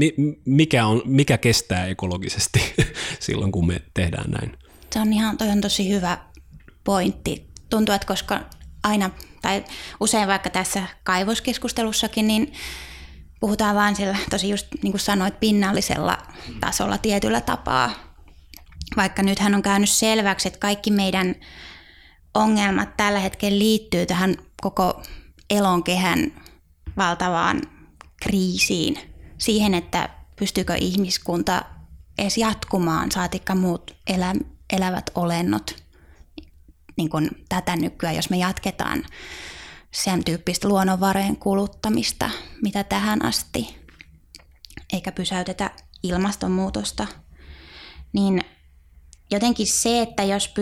Mikä kestää ekologisesti silloin, kun me tehdään näin? Toi on tosi hyvä pointti. Tuntuu, että koska aina, tai usein vaikka tässä kaivoskeskustelussakin, niin puhutaan vaan sillä, tosi just niin kuin sanoit, pinnallisella tasolla tietyllä tapaa. Vaikka nythän on käynyt selväksi, että kaikki meidän ongelmat tällä hetkellä liittyy tähän koko elonkehän valtavaan kriisiin. Siihen, että pystyykö ihmiskunta edes jatkumaan, saatikka muut elävät olennot. Niin kuin tätä nykyään, jos me jatketaan sen tyyppistä luonnonvarojen kuluttamista, mitä tähän asti, eikä pysäytetä ilmastonmuutosta, niin jotenkin se, että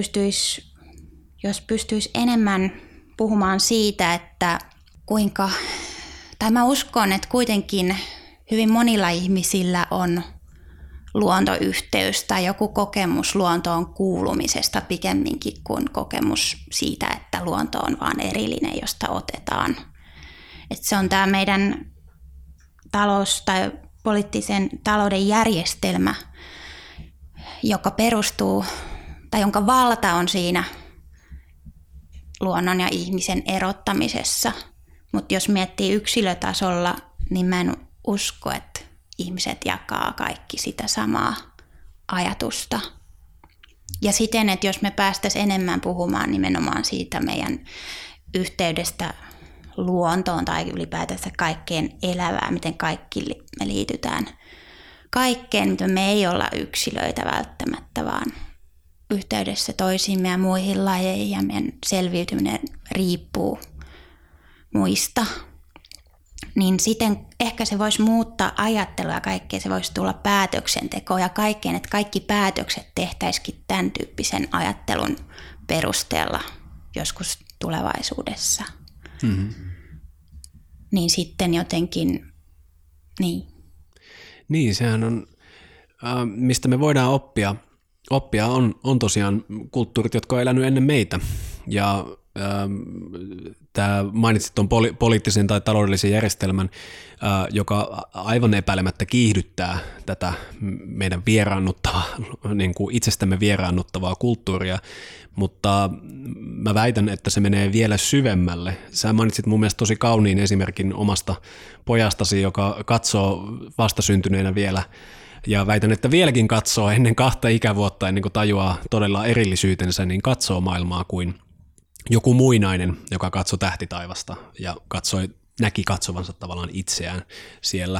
jos pystyisi enemmän puhumaan siitä, että kuinka, tai mä uskon, että kuitenkin hyvin monilla ihmisillä on luontoyhteys tai joku kokemus luontoon kuulumisesta pikemminkin kuin kokemus siitä, että luonto on vaan erillinen, josta otetaan. Että se on tämä meidän talous- tai poliittisen talouden järjestelmä, joka perustuu tai jonka valta on siinä luonnon ja ihmisen erottamisessa. Mutta jos miettii yksilötasolla, niin mä en usko, että ihmiset jakaa kaikki sitä samaa ajatusta. Ja siten, että jos me päästäisiin enemmän puhumaan nimenomaan siitä meidän yhteydestä luontoon tai ylipäätänsä kaikkeen elävää, miten kaikki me liitytään kaikkeen, mitä me ei olla yksilöitä välttämättä, vaan yhteydessä toisiimme ja muihin lajeihin ja meidän selviytyminen riippuu muista. Niin siten ehkä se voisi muuttaa ajattelua ja kaikkea, se voisi tulla päätöksentekoon ja kaikkeen, että kaikki päätökset tehtäisikin tämän tyyppisen ajattelun perusteella joskus tulevaisuudessa. Mm-hmm. Niin sitten jotenkin, niin. Niin, sehän on, mistä me voidaan oppia. Oppia on tosiaan kulttuurit, jotka on elänyt ennen meitä ja tämä mainitsit tuon poliittisen tai taloudellisen järjestelmän, joka aivan epäilemättä kiihdyttää tätä meidän vieraannuttavaa, niin kuin itsestämme vieraannuttavaa kulttuuria, mutta mä väitän, että se menee vielä syvemmälle. Sä mainitsit mun mielestä tosi kauniin esimerkin omasta pojastasi, joka katsoo vastasyntyneenä vielä, ja väitän, että vieläkin katsoo ennen 2 ikävuotta, ennen kuin tajuaa todella erillisyytensä, niin katsoo maailmaa kuin joku muinainen, joka katsoi tähtitaivasta ja näki katsovansa tavallaan itseään siellä.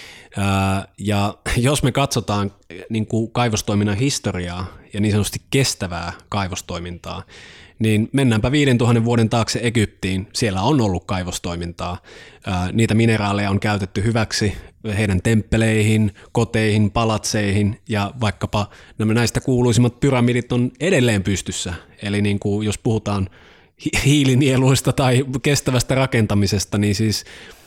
Ja jos me katsotaan niin kuin kaivostoiminnan historiaa ja niin sanotusti kestävää kaivostoimintaa, niin mennäänpä 5000 vuoden taakse Egyptiin. Siellä on ollut kaivostoimintaa. Niitä mineraaleja on käytetty hyväksi heidän temppeleihin, koteihin, palatseihin ja vaikkapa näistä kuuluisimmat pyramidit on edelleen pystyssä. Eli niin kuin jos puhutaan hiilinieluista tai kestävästä rakentamisesta, niin siis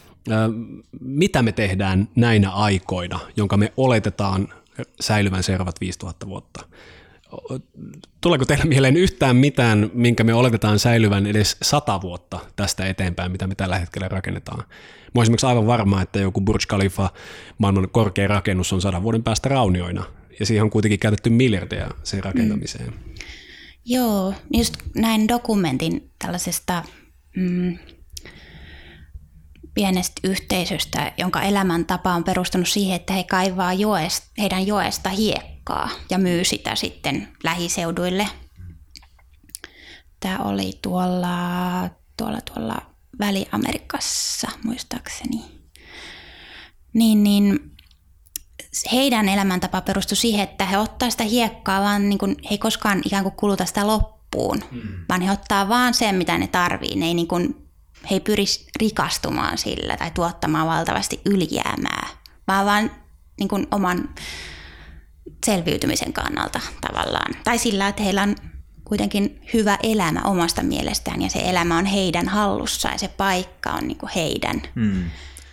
mitä me tehdään näinä aikoina, jonka me oletetaan säilyvän seuraavat 5000 vuotta? Tuleeko teille mieleen yhtään mitään, minkä me oletetaan säilyvän edes 100 vuotta tästä eteenpäin, mitä me tällä hetkellä rakennetaan? Mä olen esimerkiksi aivan varma, että joku Burj Khalifa, maailman korkein rakennus, on 100 vuoden päästä raunioina, ja siihen on kuitenkin käytetty miljardeja sen rakentamiseen. Joo, just näin dokumentin tällaisesta pienestä yhteisöstä, jonka elämäntapa on perustunut siihen, että he kaivaa heidän joesta hiekkaa ja myy sitä sitten lähiseuduille. Tämä oli tuolla Väli-Amerikassa muistaakseni. Niin heidän elämäntapa perustui siihen, että he ottaa sitä hiekkaa, vaan niin kuin, he ei koskaan ikään kuin kuluta sitä loppuun, vaan he ottaa vaan sen, mitä ne tarvii. He ei pyri rikastumaan sillä tai tuottamaan valtavasti ylijäämää, vaan niin kuin oman selviytymisen kannalta tavallaan. Tai sillä, että heillä on kuitenkin hyvä elämä omasta mielestään ja se elämä on heidän hallussaan ja se paikka on niin kuin heidän.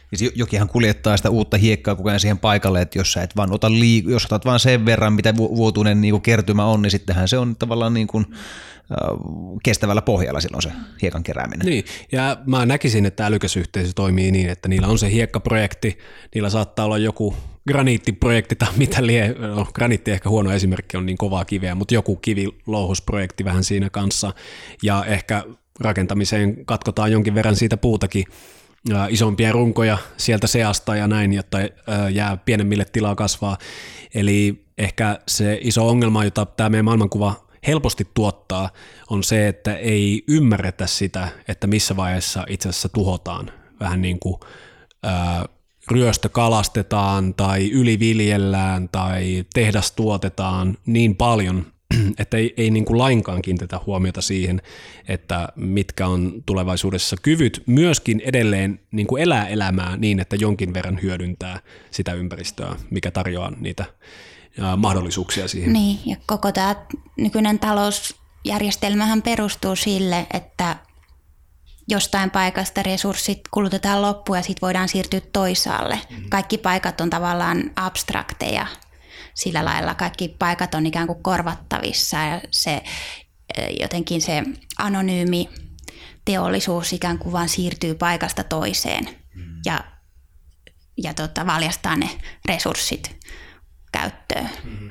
Siis jokihan kuljettaa sitä uutta hiekkaa koko ajan siihen paikalle, että jos sä et vaan jos otat vaan sen verran, mitä vuotuinen niin kuin kertymä on, niin sittenhän se on tavallaan niin kuin, kestävällä pohjalla silloin se hiekan kerääminen. Niin, ja mä näkisin, että älykäsyhteisö toimii niin, että niillä on se hiekkaprojekti, niillä saattaa olla joku graniittiprojekti tai mitä graniitti ehkä huono esimerkki, on niin kovaa kiveä, mutta joku kivilouhusprojekti vähän siinä kanssa, ja ehkä rakentamiseen katkotaan jonkin verran siitä puutakin, isompia runkoja sieltä seasta ja näin, jotta jää pienemmille tilaa kasvaa. Eli ehkä se iso ongelma, jota tämä meidän maailmankuva helposti tuottaa, on se, että ei ymmärretä sitä, että missä vaiheessa itse asiassa tuhotaan. Vähän niin kuin ryöstökalastetaan tai yliviljellään tai tehdas tuotetaan niin paljon, että ei niin kuin lainkaan kiinnitetä huomiota siihen, että mitkä on tulevaisuudessa kyvyt myöskin edelleen niin kuin elää elämää niin, että jonkin verran hyödyntää sitä ympäristöä, mikä tarjoaa niitä mahdollisuuksia siihen. Niin, ja koko tämä nykyinen talousjärjestelmähän perustuu sille, että jostain paikasta resurssit kulutetaan loppuun ja sitten voidaan siirtyä toisaalle. Kaikki paikat on tavallaan abstrakteja. Sillä lailla kaikki paikat on ikään kuin korvattavissa ja se jotenkin se anonyymi teollisuus ikään kuin vaan siirtyy paikasta toiseen ja valjastaa ne resurssit käyttöön.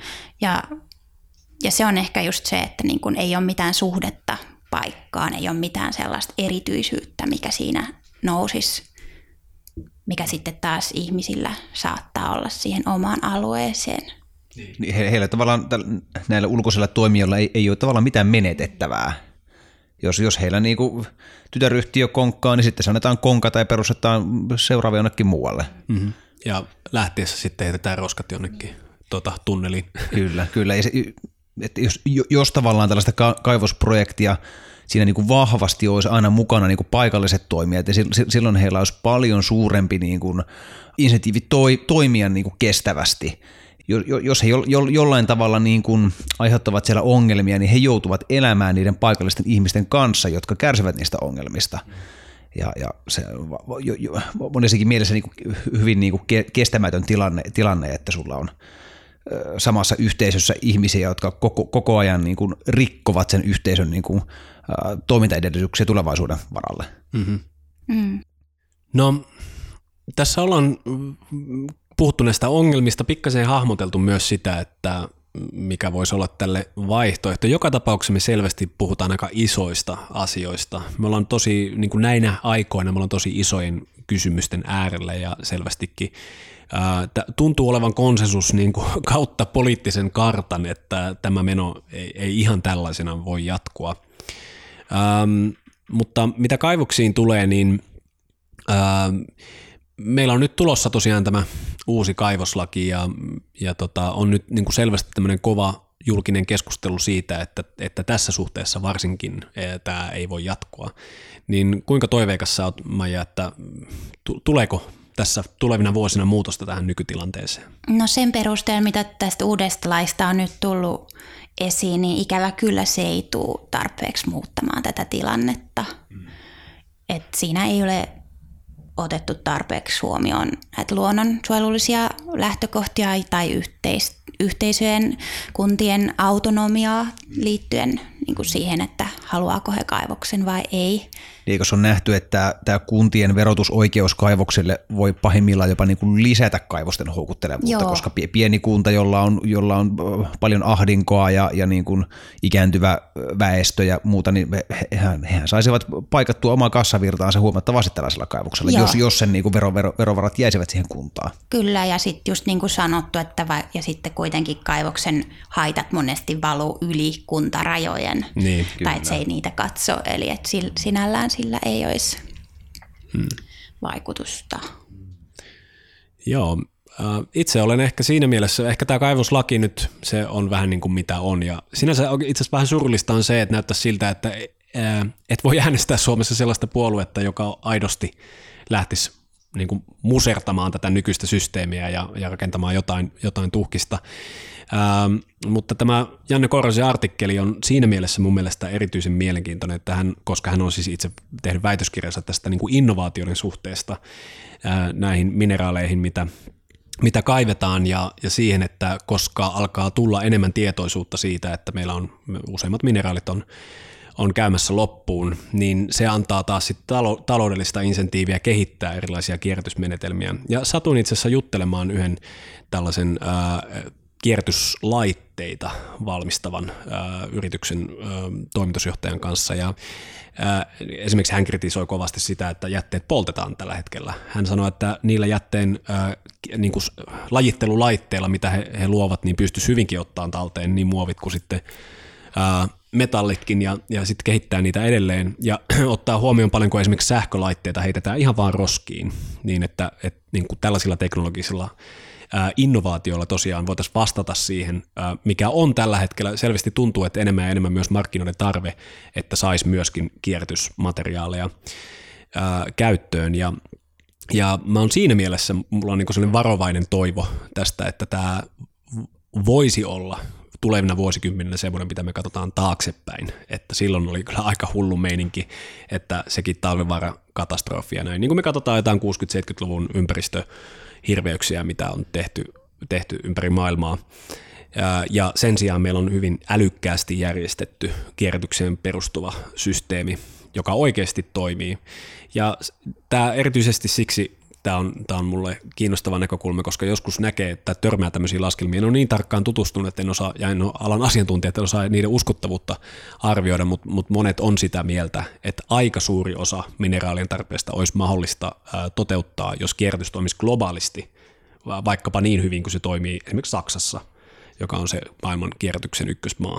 Ja se on ehkä just se, että niin kun ei ole mitään suhdetta paikkaan, ei ole mitään sellaista erityisyyttä, mikä siinä nousisi, mikä sitten taas ihmisillä saattaa olla siihen omaan alueeseen. Niin, heillä tavallaan näillä ulkoisilla toimijoilla ei ole tavallaan mitään menetettävää. Jos heillä niinku tytäryhtiö konkkaa, niin sitten se annetaan konkata ja perustetaan seuraavia jonnekin muualle. Mm-hmm. Ja lähtiessä sitten heitetään roskat jonnekin tunneliin. Kyllä. Ja jos tavallaan tällaista kaivosprojektia siinä niin kuin vahvasti olisi aina mukana niin kuin paikalliset toimijat, ja silloin heillä olisi paljon suurempi niin kuin insentiivi toimia niin kuin kestävästi. Jos he jollain tavalla niin kuin aiheuttavat siellä ongelmia, niin he joutuvat elämään niiden paikallisten ihmisten kanssa, jotka kärsivät niistä ongelmista. Ja se monessakin mielessä niin kuin hyvin niin kuin kestämätön tilanne, että sulla on samassa yhteisössä ihmisiä, jotka koko ajan niin kuin rikkovat sen yhteisön niin kuin toimintaedellytyksiä tulevaisuuden varalle. Mm-hmm. Mm. No, tässä ollaan puhuttu näistä ongelmista, pikkasen hahmoteltu myös sitä, että mikä voisi olla tälle vaihtoehto. Joka tapauksessa me selvästi puhutaan aika isoista asioista. Me ollaan tosi, niin kuin näinä aikoina, me ollaan tosi isojen kysymysten äärellä ja selvästikin tuntuu olevan konsensus niin kuin kautta poliittisen kartan, että tämä meno ei ihan tällaisena voi jatkua. Mutta mitä kaivoksiin tulee, niin meillä on nyt tulossa tosiaan tämä uusi kaivoslaki ja on nyt niin kuin selvästi tämmöinen kova julkinen keskustelu siitä, että tässä suhteessa varsinkin tämä ei voi jatkua. Niin kuinka toiveikas sä oot, Maija, että tuleeko tässä tulevina vuosina muutosta tähän nykytilanteeseen? No sen perusteella, mitä tästä uudesta laista on nyt tullut esiin, niin ikävä kyllä se ei tule tarpeeksi muuttamaan tätä tilannetta. Et siinä ei ole otettu tarpeeksi huomioon näitä luonnonsuojelullisia lähtökohtia tai yhteisöjen, kuntien autonomiaa liittyen niin kuin siihen, että haluaako he kaivoksen vai ei. Eikö on nähty, että tämä kuntien verotusoikeus kaivokselle voi pahimmillaan jopa niin kuin lisätä kaivosten houkuttelevuutta, Joo. koska pieni kunta, jolla on paljon ahdinkoa ja niin kuin ikääntyvä väestö ja muuta, niin hehän saisivat paikattua omaa kassavirtaansa huomattavasti tällaisella kaivoksella, jos sen niin kuin verovarat jäisivät siihen kuntaan. Kyllä, ja sitten just niin kuin sanottu, että ja sitten kuitenkin kaivoksen haitat monesti valuu yli kuntarajojen, niin, tai että se ei niitä katso, eli että sinällään sillä ei olisi vaikutusta. Joo, itse olen ehkä siinä mielessä, ehkä tämä kaivoslaki nyt, se on vähän niin kuin mitä on, ja sinänsä itse asiassa vähän surullista on se, että näyttää siltä, että et voi äänestää Suomessa sellaista puoluetta, joka aidosti lähtisi niin kuin musertamaan tätä nykyistä systeemiä ja rakentamaan jotain tuhkista. Mutta tämä Janne Korhosen artikkeli on siinä mielessä mun mielestä erityisen mielenkiintoinen, että koska hän on siis itse tehnyt väitöskirjansa tästä niin kuin innovaatioiden suhteesta näihin mineraaleihin, mitä kaivetaan ja siihen, että koska alkaa tulla enemmän tietoisuutta siitä, että meillä on useimmat mineraalit on käymässä loppuun, niin se antaa taas sitten taloudellista insentiiviä kehittää erilaisia kierrätysmenetelmiä. Ja satuin itse asiassa juttelemaan yhden tällaisen kierrätyslaitteita valmistavan yrityksen toimitusjohtajan kanssa, ja esimerkiksi hän kritisoi kovasti sitä, että jätteet poltetaan tällä hetkellä. Hän sanoi, että niillä jätteen niin kuin lajittelulaitteilla, mitä he luovat, niin pystyisi hyvinkin ottamaan talteen niin muovit kuin sitten metallitkin ja sitten kehittää niitä edelleen ja ottaa huomioon paljonko esimerkiksi sähkölaitteita heitetään ihan vaan roskiin, niin että niin kuin tällaisilla teknologisilla innovaatioilla tosiaan voitaisiin vastata siihen, mikä on tällä hetkellä, selvästi tuntuu, että enemmän ja enemmän myös markkinoiden tarve, että saisi myöskin kierrätysmateriaaleja käyttöön ja mä oon siinä mielessä, mulla on niin kuin sellainen varovainen toivo tästä, että tämä voisi olla tulevina vuosikymmeninä semmoinen, mitä me katsotaan taaksepäin, että silloin oli kyllä aika hullu meininki, että sekin talvivaarakatastrofi ja näin. Niin kuin me katsotaan jotain 60-70-luvun ympäristöhirveyksiä, mitä on tehty ympäri maailmaa. Ja sen sijaan meillä on hyvin älykkäästi järjestetty kierrätykseen perustuva systeemi, joka oikeasti toimii. Ja tämä erityisesti siksi tämä on mulle kiinnostava näkökulma, koska joskus näkee, että törmää tämmöisiin laskelmiin. En ole niin tarkkaan tutustunut, että en ole alan asiantuntijat, en osaa niiden uskottavuutta arvioida, mutta monet on sitä mieltä, että aika suuri osa mineraalien tarpeesta olisi mahdollista toteuttaa, jos kierrätys toimisi globaalisti, vaikkapa niin hyvin kuin se toimii esimerkiksi Saksassa, joka on se maailman kierrätyksen ykkösmaa.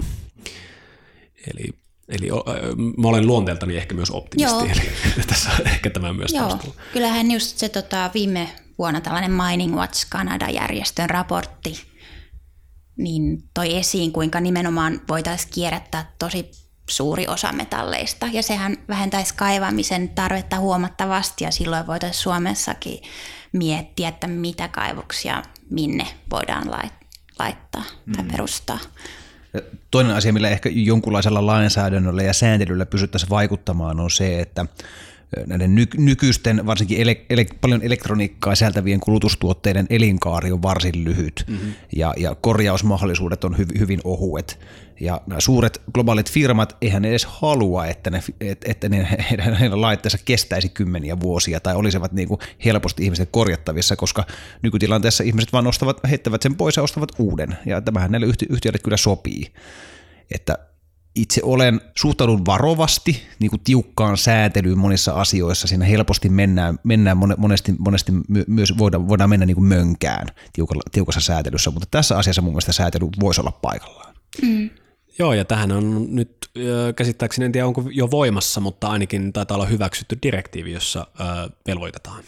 Eli mä olen luonteeltani ehkä myös optimisti, eli tässä on ehkä tämä myös taustalla. Kyllähän just se viime vuonna tällainen Mining Watch Canada-järjestön raportti niin toi esiin, kuinka nimenomaan voitaisiin kierrättää tosi suuri osa metalleista, ja sehän vähentäisi kaivamisen tarvetta huomattavasti, ja silloin voitaisiin Suomessakin miettiä, että mitä kaivoksia minne voidaan laittaa tai perustaa. Toinen asia, millä ehkä jonkunlaisella lainsäädännöllä ja sääntelyllä pysyttäisiin vaikuttamaan, on se, että näiden nykyisten, varsinkin paljon elektroniikkaa sisältävien kulutustuotteiden elinkaari on varsin lyhyt, ja korjausmahdollisuudet on hyvin ohuet. Ja suuret globaalit firmat, eihän ne edes halua, että heidän laitteensa kestäisi kymmeniä vuosia tai olisivat niin kuin helposti ihmisten korjattavissa, koska nykytilanteessa ihmiset vaan heittävät sen pois ja ostavat uuden. Ja tämähän näille yhtiöille kyllä sopii. Että itse suhtaudun varovasti niin kuin tiukkaan säätelyyn monissa asioissa. Siinä helposti mennään monesti myös voidaan mennä niin kuin mönkään tiukassa säätelyssä, mutta tässä asiassa mun mielestä säätely voisi olla paikallaan. Joo, ja tähän on nyt käsittääkseni, en tiedä onko jo voimassa, mutta ainakin taitaa olla hyväksytty direktiivi, jossa velvoitetaan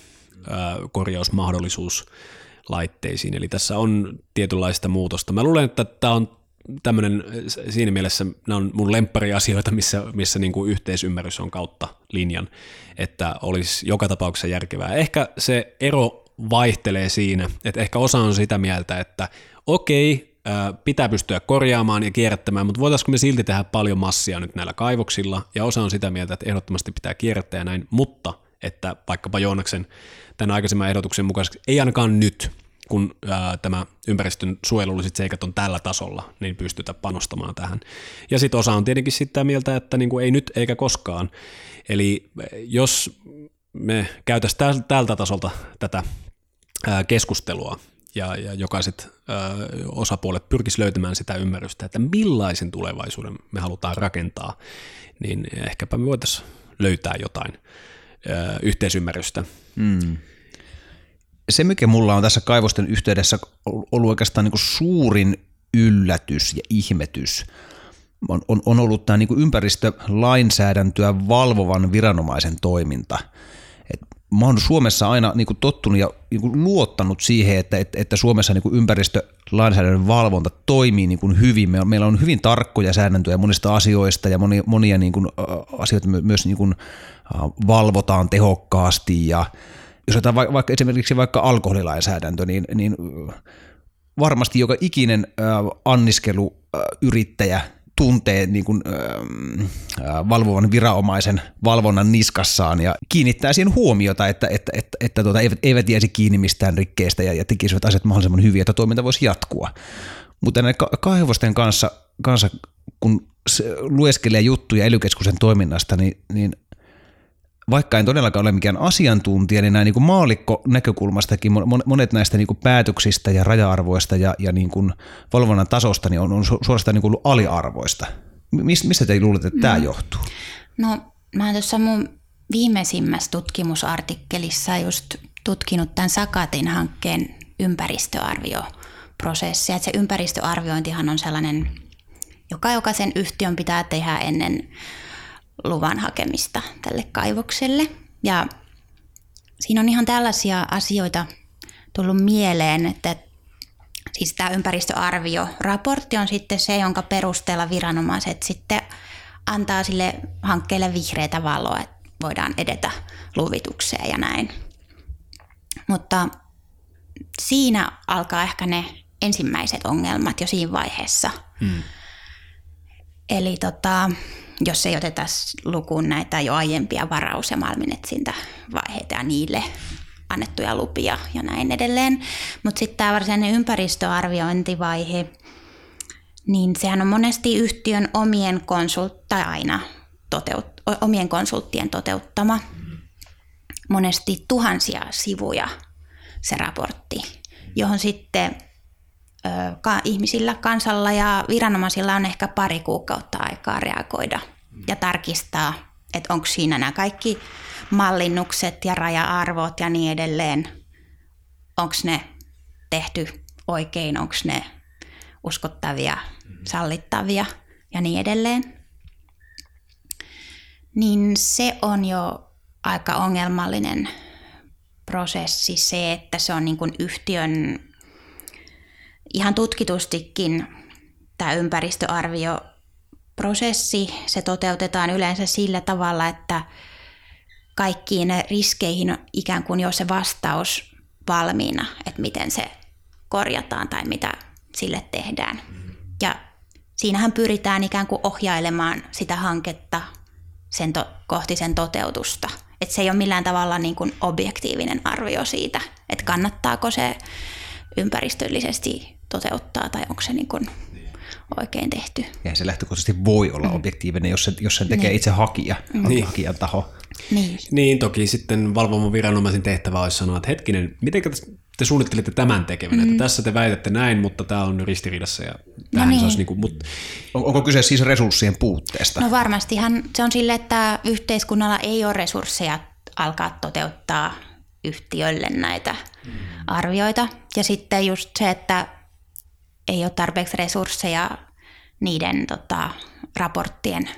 korjausmahdollisuus laitteisiin. Eli tässä on tietynlaista muutosta. Mä luulen, että tämä on tämmöinen, siinä mielessä nämä on mun lemppariasioita, missä niin kuin yhteisymmärrys on kautta linjan, että olisi joka tapauksessa järkevää. Ehkä se ero vaihtelee siinä, että ehkä osa on sitä mieltä, että okei, pitää pystyä korjaamaan ja kierrättämään, mutta voitaisiinko me silti tehdä paljon massia nyt näillä kaivoksilla, ja osa on sitä mieltä, että ehdottomasti pitää kierrättää ja näin, mutta että vaikkapa Joonaksen tämän aikaisemman ehdotuksen mukaisesti ei ainakaan nyt, kun tämä ympäristön suojelulliset seikat on tällä tasolla, niin pystytä panostamaan tähän. Ja sitten osa on tietenkin sitä mieltä, että niin kuin ei nyt eikä koskaan. Eli jos me käytäisiin tältä tasolta tätä keskustelua, ja jokaiset osapuolet pyrkisivät löytämään sitä ymmärrystä, että millaisen tulevaisuuden me halutaan rakentaa, niin ehkäpä me voitaisiin löytää jotain yhteisymmärrystä. Se, mikä mulla on tässä kaivosten yhteydessä ollut oikeastaan niin kuin suurin yllätys ja ihmetys, on ollut tämä niin kuin ympäristölainsäädäntöä valvovan viranomaisen toiminta. Mä oon Suomessa aina niin kuin tottunut ja niin kuin luottanut siihen, että Suomessa niin kuin ympäristölainsäädännön valvonta toimii niin kuin hyvin. Meillä on hyvin tarkkoja säännöntöjä monista asioista ja monia niin kuin asioita myös niin kuin valvotaan tehokkaasti ja jos otetaan esimerkiksi vaikka alkoholilainsäädäntö, niin varmasti joka ikinen anniskeluyrittäjä tuntee niin kuin, valvovan viranomaisen valvonnan niskassaan ja kiinnittää siihen huomiota, että eivät jäisi kiinni mistään rikkeistä ja tekisivät asiat mahdollisimman hyvin, että toiminta voisi jatkua. Mutta näiden kaivosten kanssa kun lueskelee juttuja ELY-keskuksen toiminnasta, niin vaikka en todellakaan ole mikään asiantuntija, niin näin niin kuin maallikko-näkökulmastakin monet näistä niin kuin päätöksistä ja raja-arvoista ja niin kuin valvonnan tasosta niin on suorastaan niin kuin ollut aliarvoista. Mistä te luulette, että tämä johtuu? No mä oon tuossa mun viimeisimmässä tutkimusartikkelissa just tutkinut tämän Sakatin hankkeen ympäristöarvioprosessia. Että se ympäristöarviointihan on sellainen, jokaisen yhtiön pitää tehdä ennen luvan hakemista tälle kaivokselle. Ja siinä on ihan tällaisia asioita tullut mieleen, että siis tämä ympäristöarvioraportti on sitten se, jonka perusteella viranomaiset sitten antaa sille hankkeelle vihreätä valoa, että voidaan edetä luvitukseen ja näin. Mutta siinä alkaa ehkä ne ensimmäiset ongelmat jo siinä vaiheessa. Eli jos ei oteta lukuun näitä jo aiempia varaus- ja malminetsintävaiheita ja niille annettuja lupia ja näin edelleen. Mutta sitten tämä varsinainen ympäristöarviointivaihe, niin sehän on monesti yhtiön omien konsulttien toteuttama. Monesti tuhansia sivuja se raportti, johon sitten ihmisillä, kansalla ja viranomaisilla on ehkä pari kuukautta aikaa reagoida ja tarkistaa, että onko siinä nämä kaikki mallinnukset ja raja-arvot ja niin edelleen. Onko ne tehty oikein, onko ne uskottavia, sallittavia ja niin edelleen. Niin se on jo aika ongelmallinen prosessi se, että se on niin kuin yhtiön ihan tutkitustikin tämä ympäristöarvioprosessi, se toteutetaan yleensä sillä tavalla, että kaikkiin riskeihin on ikään kuin jo se vastaus valmiina, että miten se korjataan tai mitä sille tehdään. Ja siinähän pyritään ikään kuin ohjailemaan sitä hanketta kohti sen toteutusta. Että se ei ole millään tavalla niin kuin objektiivinen arvio siitä, että kannattaako se ympäristöllisesti toteuttaa tai onko se niin kuin oikein tehty. Ja se lähtökohtaisesti voi olla objektiivinen, jos sen tekee itse hakijan taho. Niin, toki sitten valvovan viranomaisen tehtävä olisi sanoa, että hetkinen, miten te suunnittelitte tämän tekemään, että tässä te väitätte näin, mutta tämä on ristiriidassa ja tähän se olisi Onko kyse siis resurssien puutteesta? No varmastihan se on sille, että yhteiskunnalla ei ole resursseja alkaa toteuttaa yhtiölle näitä arvioita. Ja sitten just se, että ei ole tarpeeksi resursseja niiden raporttien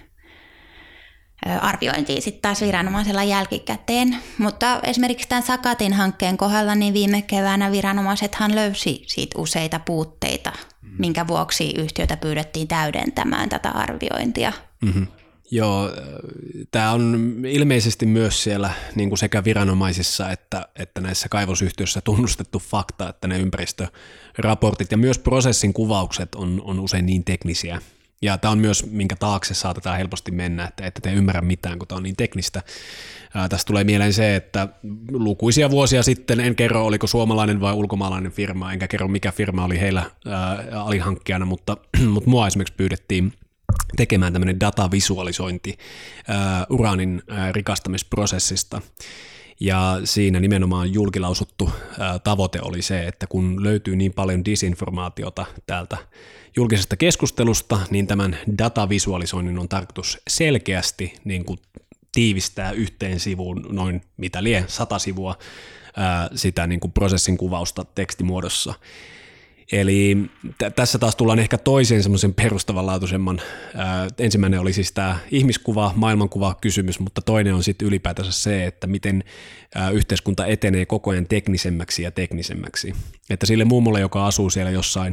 arviointiin sitten taas viranomaisella jälkikäteen. Mutta esimerkiksi tämän Sakatin hankkeen kohdalla niin viime keväänä viranomaisethan löysi siitä useita puutteita, minkä vuoksi yhtiötä pyydettiin täydentämään tätä arviointia. Mm-hmm. Joo, tämä on ilmeisesti myös siellä niin kuin sekä viranomaisissa että näissä kaivosyhtiöissä tunnustettu fakta, että ne ympäristöraportit ja myös prosessin kuvaukset on usein niin teknisiä. Ja tämä on myös, minkä taakse saatetaan helposti mennä, että ette te ymmärrä mitään, kun tämä on niin teknistä. Tästä tulee mieleen se, että lukuisia vuosia sitten, en kerro oliko suomalainen vai ulkomaalainen firma, enkä kerro mikä firma oli heillä alihankkijana, mutta mua esimerkiksi pyydettiin tekemään tämmöinen datavisualisointi uraanin rikastamisprosessista. Ja siinä nimenomaan julkilausuttu tavoite oli se, että kun löytyy niin paljon disinformaatiota täältä julkisesta keskustelusta, niin tämän datavisualisoinnin on tarkoitus selkeästi niin kuin tiivistää yhteen sivuun noin 100 sivua sitä niin kuin prosessin kuvausta tekstimuodossa. Eli tässä taas tullaan ehkä toiseen semmoisen perustavanlaatuisemman. Ensimmäinen oli siis tämä ihmiskuva, maailmankuva kysymys, mutta toinen on sitten ylipäätänsä se, että miten yhteiskunta etenee koko ajan teknisemmäksi ja teknisemmäksi. Että sille mummolle, joka asuu siellä jossain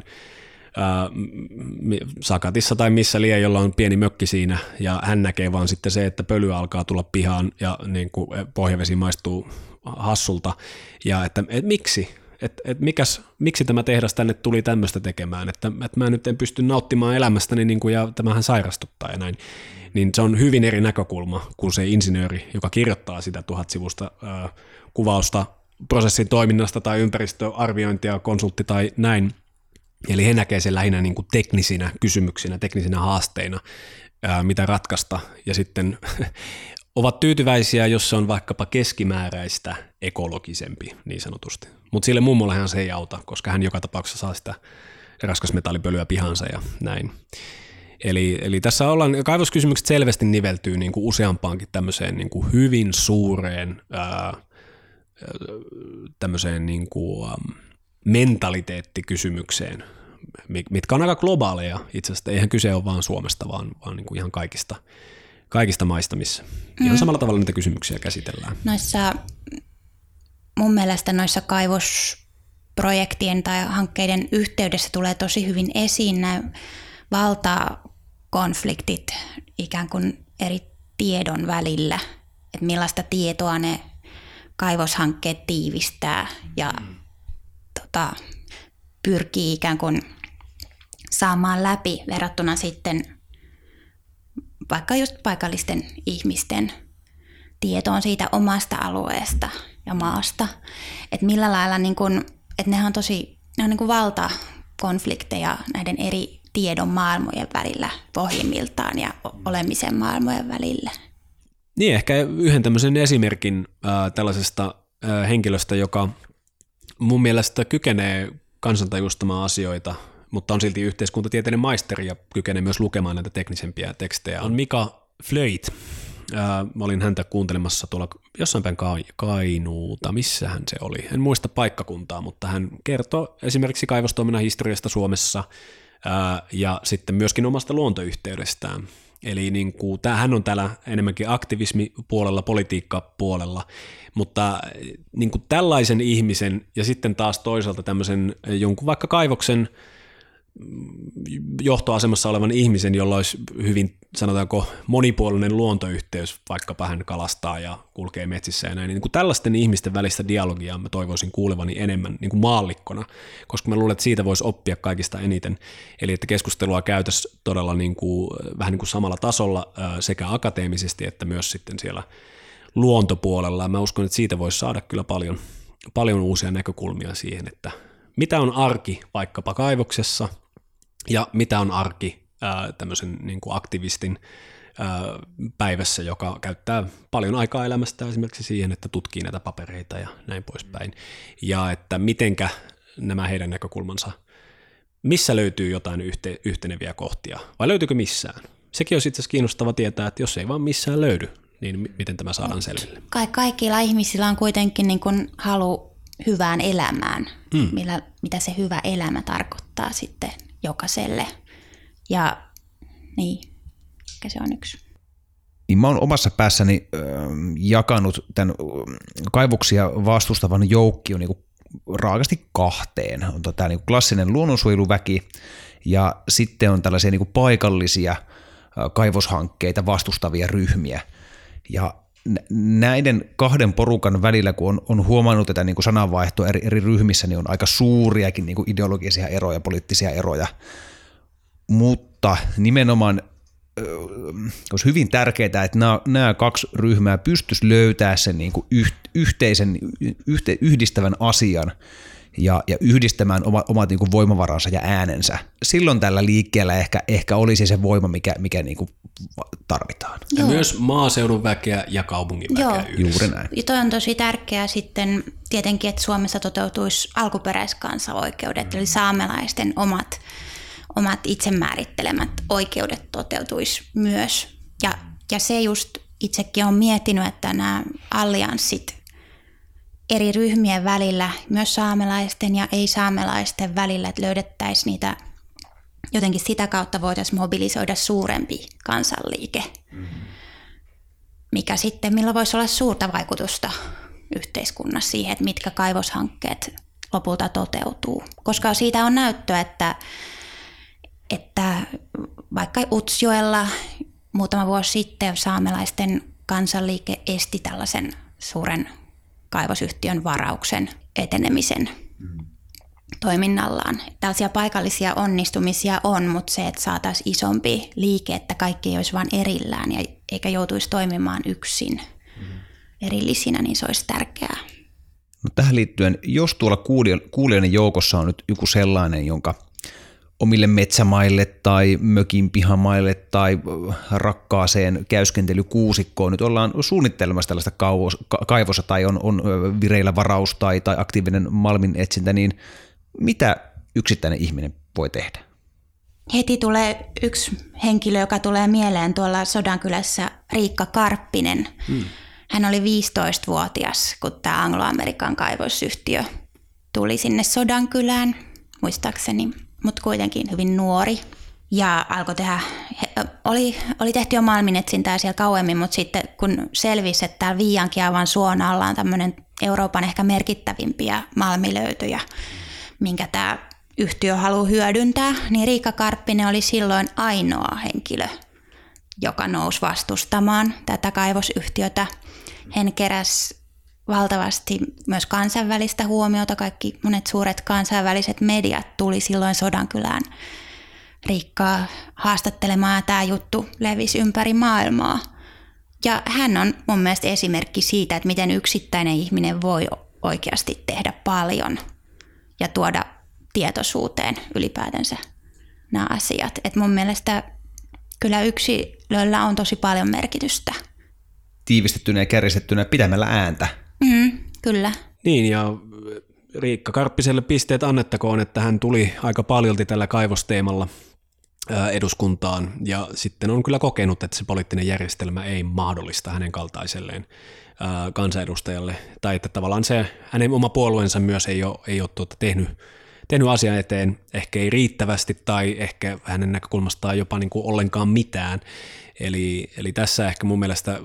Sakatissa tai missä liian, jolla on pieni mökki siinä, ja hän näkee vaan sitten se, että pölyä alkaa tulla pihaan ja niin kuin pohjavesi maistuu hassulta ja että miksi? Miksi tämä tehdas tänne tuli tämmöistä tekemään, että mä nyt en pysty nauttimaan elämästäni niin kuin, ja tämähän sairastuttaa ja näin. Niin se on hyvin eri näkökulma kuin se insinööri, joka kirjoittaa sitä 1000 sivusta kuvausta prosessin toiminnasta tai ympäristöarviointia, konsultti tai näin. Eli he näkee sen lähinnä niin kuin teknisinä kysymyksinä, teknisinä haasteina, mitä ratkaista, ja sitten ovat tyytyväisiä, jos se on vaikkapa keskimääräistä ekologisempi niin sanotusti. Mutta sille mummollehan se ei auta, koska hän joka tapauksessa saa sitä raskasmetallipölyä pihansa ja näin. Eli tässä kaivoskysymykset selvästi niveltyy niin kuin useampaankin tämmöiseen niin kuin hyvin suureen tämmöiseen niin kuin mentaliteettikysymykseen, mitkä on aika globaaleja itse asiassa. Eihän kyse ole vaan Suomesta, vaan niin kuin ihan kaikista maista, missä ihan samalla tavalla niitä kysymyksiä käsitellään. Mun mielestä noissa kaivosprojektien tai hankkeiden yhteydessä tulee tosi hyvin esiin nämä valtakonfliktit ikään kuin eri tiedon välillä, että millaista tietoa ne kaivoshankkeet tiivistää ja pyrkii ikään kuin saamaan läpi verrattuna sitten vaikka just paikallisten ihmisten tietoon siitä omasta alueesta ja maasta, että millä lailla, niin kun, että ne on niin kuin valtakonflikteja näiden eri tiedon maailmojen välillä pohjimmiltaan ja olemisen maailmojen välillä. Niin, ehkä yhden tämmöisen esimerkin tällaisesta henkilöstä, joka mun mielestä kykenee kansantajustamaan asioita, mutta on silti yhteiskuntatieteiden maisteri ja kykenee myös lukemaan näitä teknisempiä tekstejä, on Mika Flöit. Mä olin häntä kuuntelemassa tuolla jossain päin Kainuuta, missähän se oli. En muista paikkakuntaa, mutta hän kertoo esimerkiksi kaivostoiminnan historiasta Suomessa ja sitten myöskin omasta luontoyhteydestään. Eli niin kuin, hän on täällä enemmänkin aktivismipuolella, politiikkapuolella, mutta niin kuin tällaisen ihmisen ja sitten taas toisaalta tämmöisen jonkun vaikka kaivoksen johtoasemassa olevan ihmisen, jolla olisi hyvin, sanotaanko, monipuolinen luontoyhteys, vaikkapa hän kalastaa ja kulkee metsissä ja näin. Niin kuin tällaisten ihmisten välistä dialogia mä toivoisin kuulevani enemmän niin kuin maallikkona, koska mä luulen, että siitä voisi oppia kaikista eniten. Eli että keskustelua käytäisiin todella niin kuin, vähän niin kuin samalla tasolla sekä akateemisesti että myös sitten siellä luontopuolella. Mä uskon, että siitä voisi saada kyllä paljon uusia näkökulmia siihen, että mitä on arki vaikkapa kaivoksessa ja mitä on arki tämmöisen niin kuin aktivistin päivässä, joka käyttää paljon aikaa elämästä esimerkiksi siihen, että tutkii näitä papereita ja näin poispäin. Ja että mitenkä nämä heidän näkökulmansa, missä löytyy jotain yhteneviä kohtia vai löytyykö missään? Sekin olisi itse asiassa kiinnostava tietää, että jos ei vaan missään löydy, niin miten tämä saadaan selville? Kaikilla ihmisillä on kuitenkin niin kuin halu hyvään elämään, mitä se hyvä elämä tarkoittaa sitten jokaiselle. Ja niin, se on yksi. Niin mä oon omassa päässäni jakanut tämän kaivoksia vastustavan joukkion niin raakasti kahteen. On tämä niin klassinen luonnonsuojeluväki ja sitten on tällaisia niin paikallisia kaivoshankkeita vastustavia ryhmiä. Ja näiden kahden porukan välillä, kun on huomannut tätä niin kuin sananvaihtoa eri ryhmissä, niin on aika suuriakin niin kuin ideologisia eroja, poliittisia eroja. Mutta nimenomaan olisi hyvin tärkeää, että nämä kaksi ryhmää pystyisi löytämään sen niin kuin yhdistävän asian ja yhdistämään omat niin kuin voimavaransa ja äänensä. Silloin tällä liikkeellä ehkä olisi se voima, mikä niin kuin tarvitaan. Ja myös maaseudun väkeä ja kaupungin väkeä yhdessä. Juuri näin. Ja toi on tosi tärkeää sitten tietenkin, että Suomessa toteutuisi alkuperäiskansaoikeudet, eli saamelaisten omat itsemäärittelemät oikeudet toteutuisi myös. Ja se just itsekin olen miettinyt, että nämä allianssit eri ryhmien välillä, myös saamelaisten ja ei-saamelaisten välillä, että löydettäisiin niitä, jotenkin sitä kautta voitaisiin mobilisoida suurempi kansanliike, millä voisi olla suurta vaikutusta yhteiskunnassa siihen, että mitkä kaivoshankkeet lopulta toteutuu. Koska siitä on näyttöä, että vaikka Utsjoella muutama vuosi sitten saamelaisten kansanliike esti tällaisen suuren kaivosyhtiön varauksen etenemisen toiminnallaan. Tällaisia paikallisia onnistumisia on, mutta se, että saataisiin isompi liike, että kaikki ei olisi vain erillään eikä joutuisi toimimaan yksin erillisinä, niin se olisi tärkeää. No tähän liittyen, jos tuolla kuulijoiden joukossa on nyt joku sellainen, jonka omille metsämaille tai mökin pihamaille tai rakkaaseen käyskentelykuusikkoon nyt ollaan suunnittelemassa tällaista kaivosta tai on vireillä varaus tai aktiivinen malminetsintä, niin mitä yksittäinen ihminen voi tehdä? Heti tulee yksi henkilö, joka tulee mieleen tuolla Sodankylässä, Riikka Karppinen. Hän oli 15-vuotias, kun tämä Anglo-Amerikan kaivosyhtiö tuli sinne Sodankylään, muistaakseni, mutta kuitenkin hyvin nuori. Ja alkoi tehdä, oli tehty jo malminetsintää siellä kauemmin, mutta sitten kun selvisi, että täällä Viiankiaavan suon alla on tämmöinen Euroopan ehkä merkittävimpiä malmilöytöjä, minkä tämä yhtiö haluaa hyödyntää, niin Riikka Karppinen oli silloin ainoa henkilö, joka nousi vastustamaan tätä kaivosyhtiötä. Hän keräsi valtavasti myös kansainvälistä huomiota. Kaikki monet suuret kansainväliset mediat tuli silloin Sodankylään Riikkaa haastattelemaan, ja tämä juttu levisi ympäri maailmaa. Ja hän on mun mielestä esimerkki siitä, että miten yksittäinen ihminen voi oikeasti tehdä paljon ja tuoda tietoisuuteen ylipäätänsä nämä asiat. Et mun mielestä kyllä yksilöllä on tosi paljon merkitystä. Tiivistettynä ja kärjistettynä pitämällä ääntä. Kyllä. Niin, ja Riikka Karppiselle pisteet annettakoon, että hän tuli aika paljolti tällä kaivosteemalla eduskuntaan, ja sitten on kyllä kokenut, että se poliittinen järjestelmä ei mahdollista hänen kaltaiselleen kansanedustajalle, tai että tavallaan se hänen oma puolueensa myös ei ole tehnyt asian eteen, ehkä ei riittävästi tai ehkä hänen näkökulmastaan jopa niin kuin ollenkaan mitään. Eli tässä ehkä mun mielestä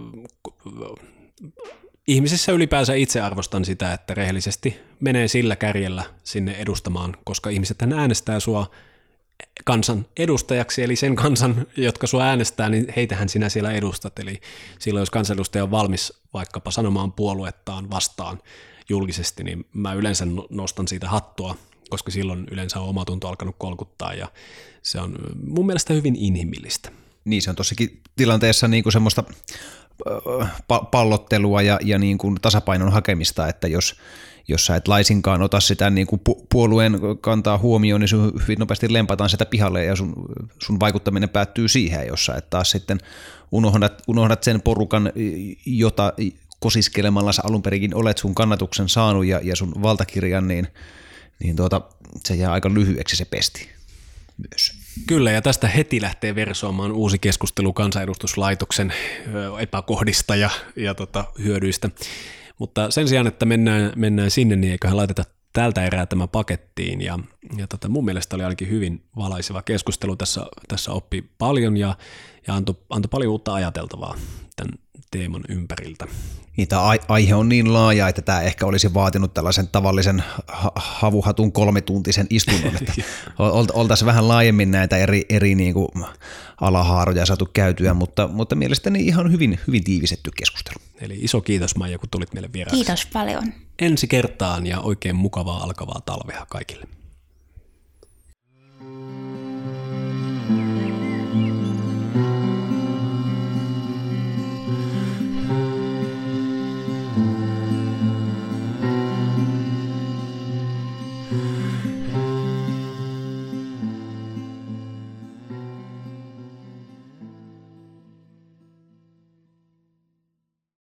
ihmisissä ylipäänsä itse arvostan sitä, että rehellisesti menee sillä kärjellä sinne edustamaan, koska ihmisethän äänestää sua kansan edustajaksi, eli sen kansan, jotka sua äänestää, niin heitähän sinä siellä edustat. Eli silloin, jos kansanedustaja on valmis vaikkapa sanomaan puoluettaan vastaan julkisesti, niin mä yleensä nostan siitä hattua, koska silloin yleensä on omatunto alkanut kolkuttaa, ja se on mun mielestä hyvin inhimillistä. Niin, se on tossakin tilanteessa niin kuin semmoista pallottelua ja niin kuin tasapainon hakemista, että jos sä et laisinkaan ota sitä niin kuin puolueen kantaa huomioon, niin sun hyvin nopeasti lempataan sitä pihalle ja sun vaikuttaminen päättyy siihen, jos sä et taas sitten unohdat sen porukan, jota kosiskelemalla sä alun perinkin olet sun kannatuksen saanut ja sun valtakirjan, niin se jää aika lyhyeksi se pesti myös. Kyllä, ja tästä heti lähtee versoamaan uusi keskustelu kansanedustuslaitoksen epäkohdista ja hyödyistä. Mutta sen sijaan, että mennään sinne, niin eiköhän laiteta tältä erää tämä pakettiin. Ja mun mielestä oli ainakin hyvin valaiseva keskustelu. Tässä oppi paljon ja antoi paljon uutta ajateltavaa tämän teeman ympäriltä. Niin, tämä aihe on niin laaja, että tämä ehkä olisi vaatinut tällaisen tavallisen havuhatun 3-tuntisen istunnon, että oltaisiin vähän laajemmin näitä eri niin kuin alahaaroja saatu käytyä, mutta mielestäni ihan hyvin tiivistetty keskustelu. Eli iso kiitos, Maija, kun tulit meille vieraaksi. Kiitos paljon. Ensi kertaan ja oikein mukavaa alkavaa talvea kaikille.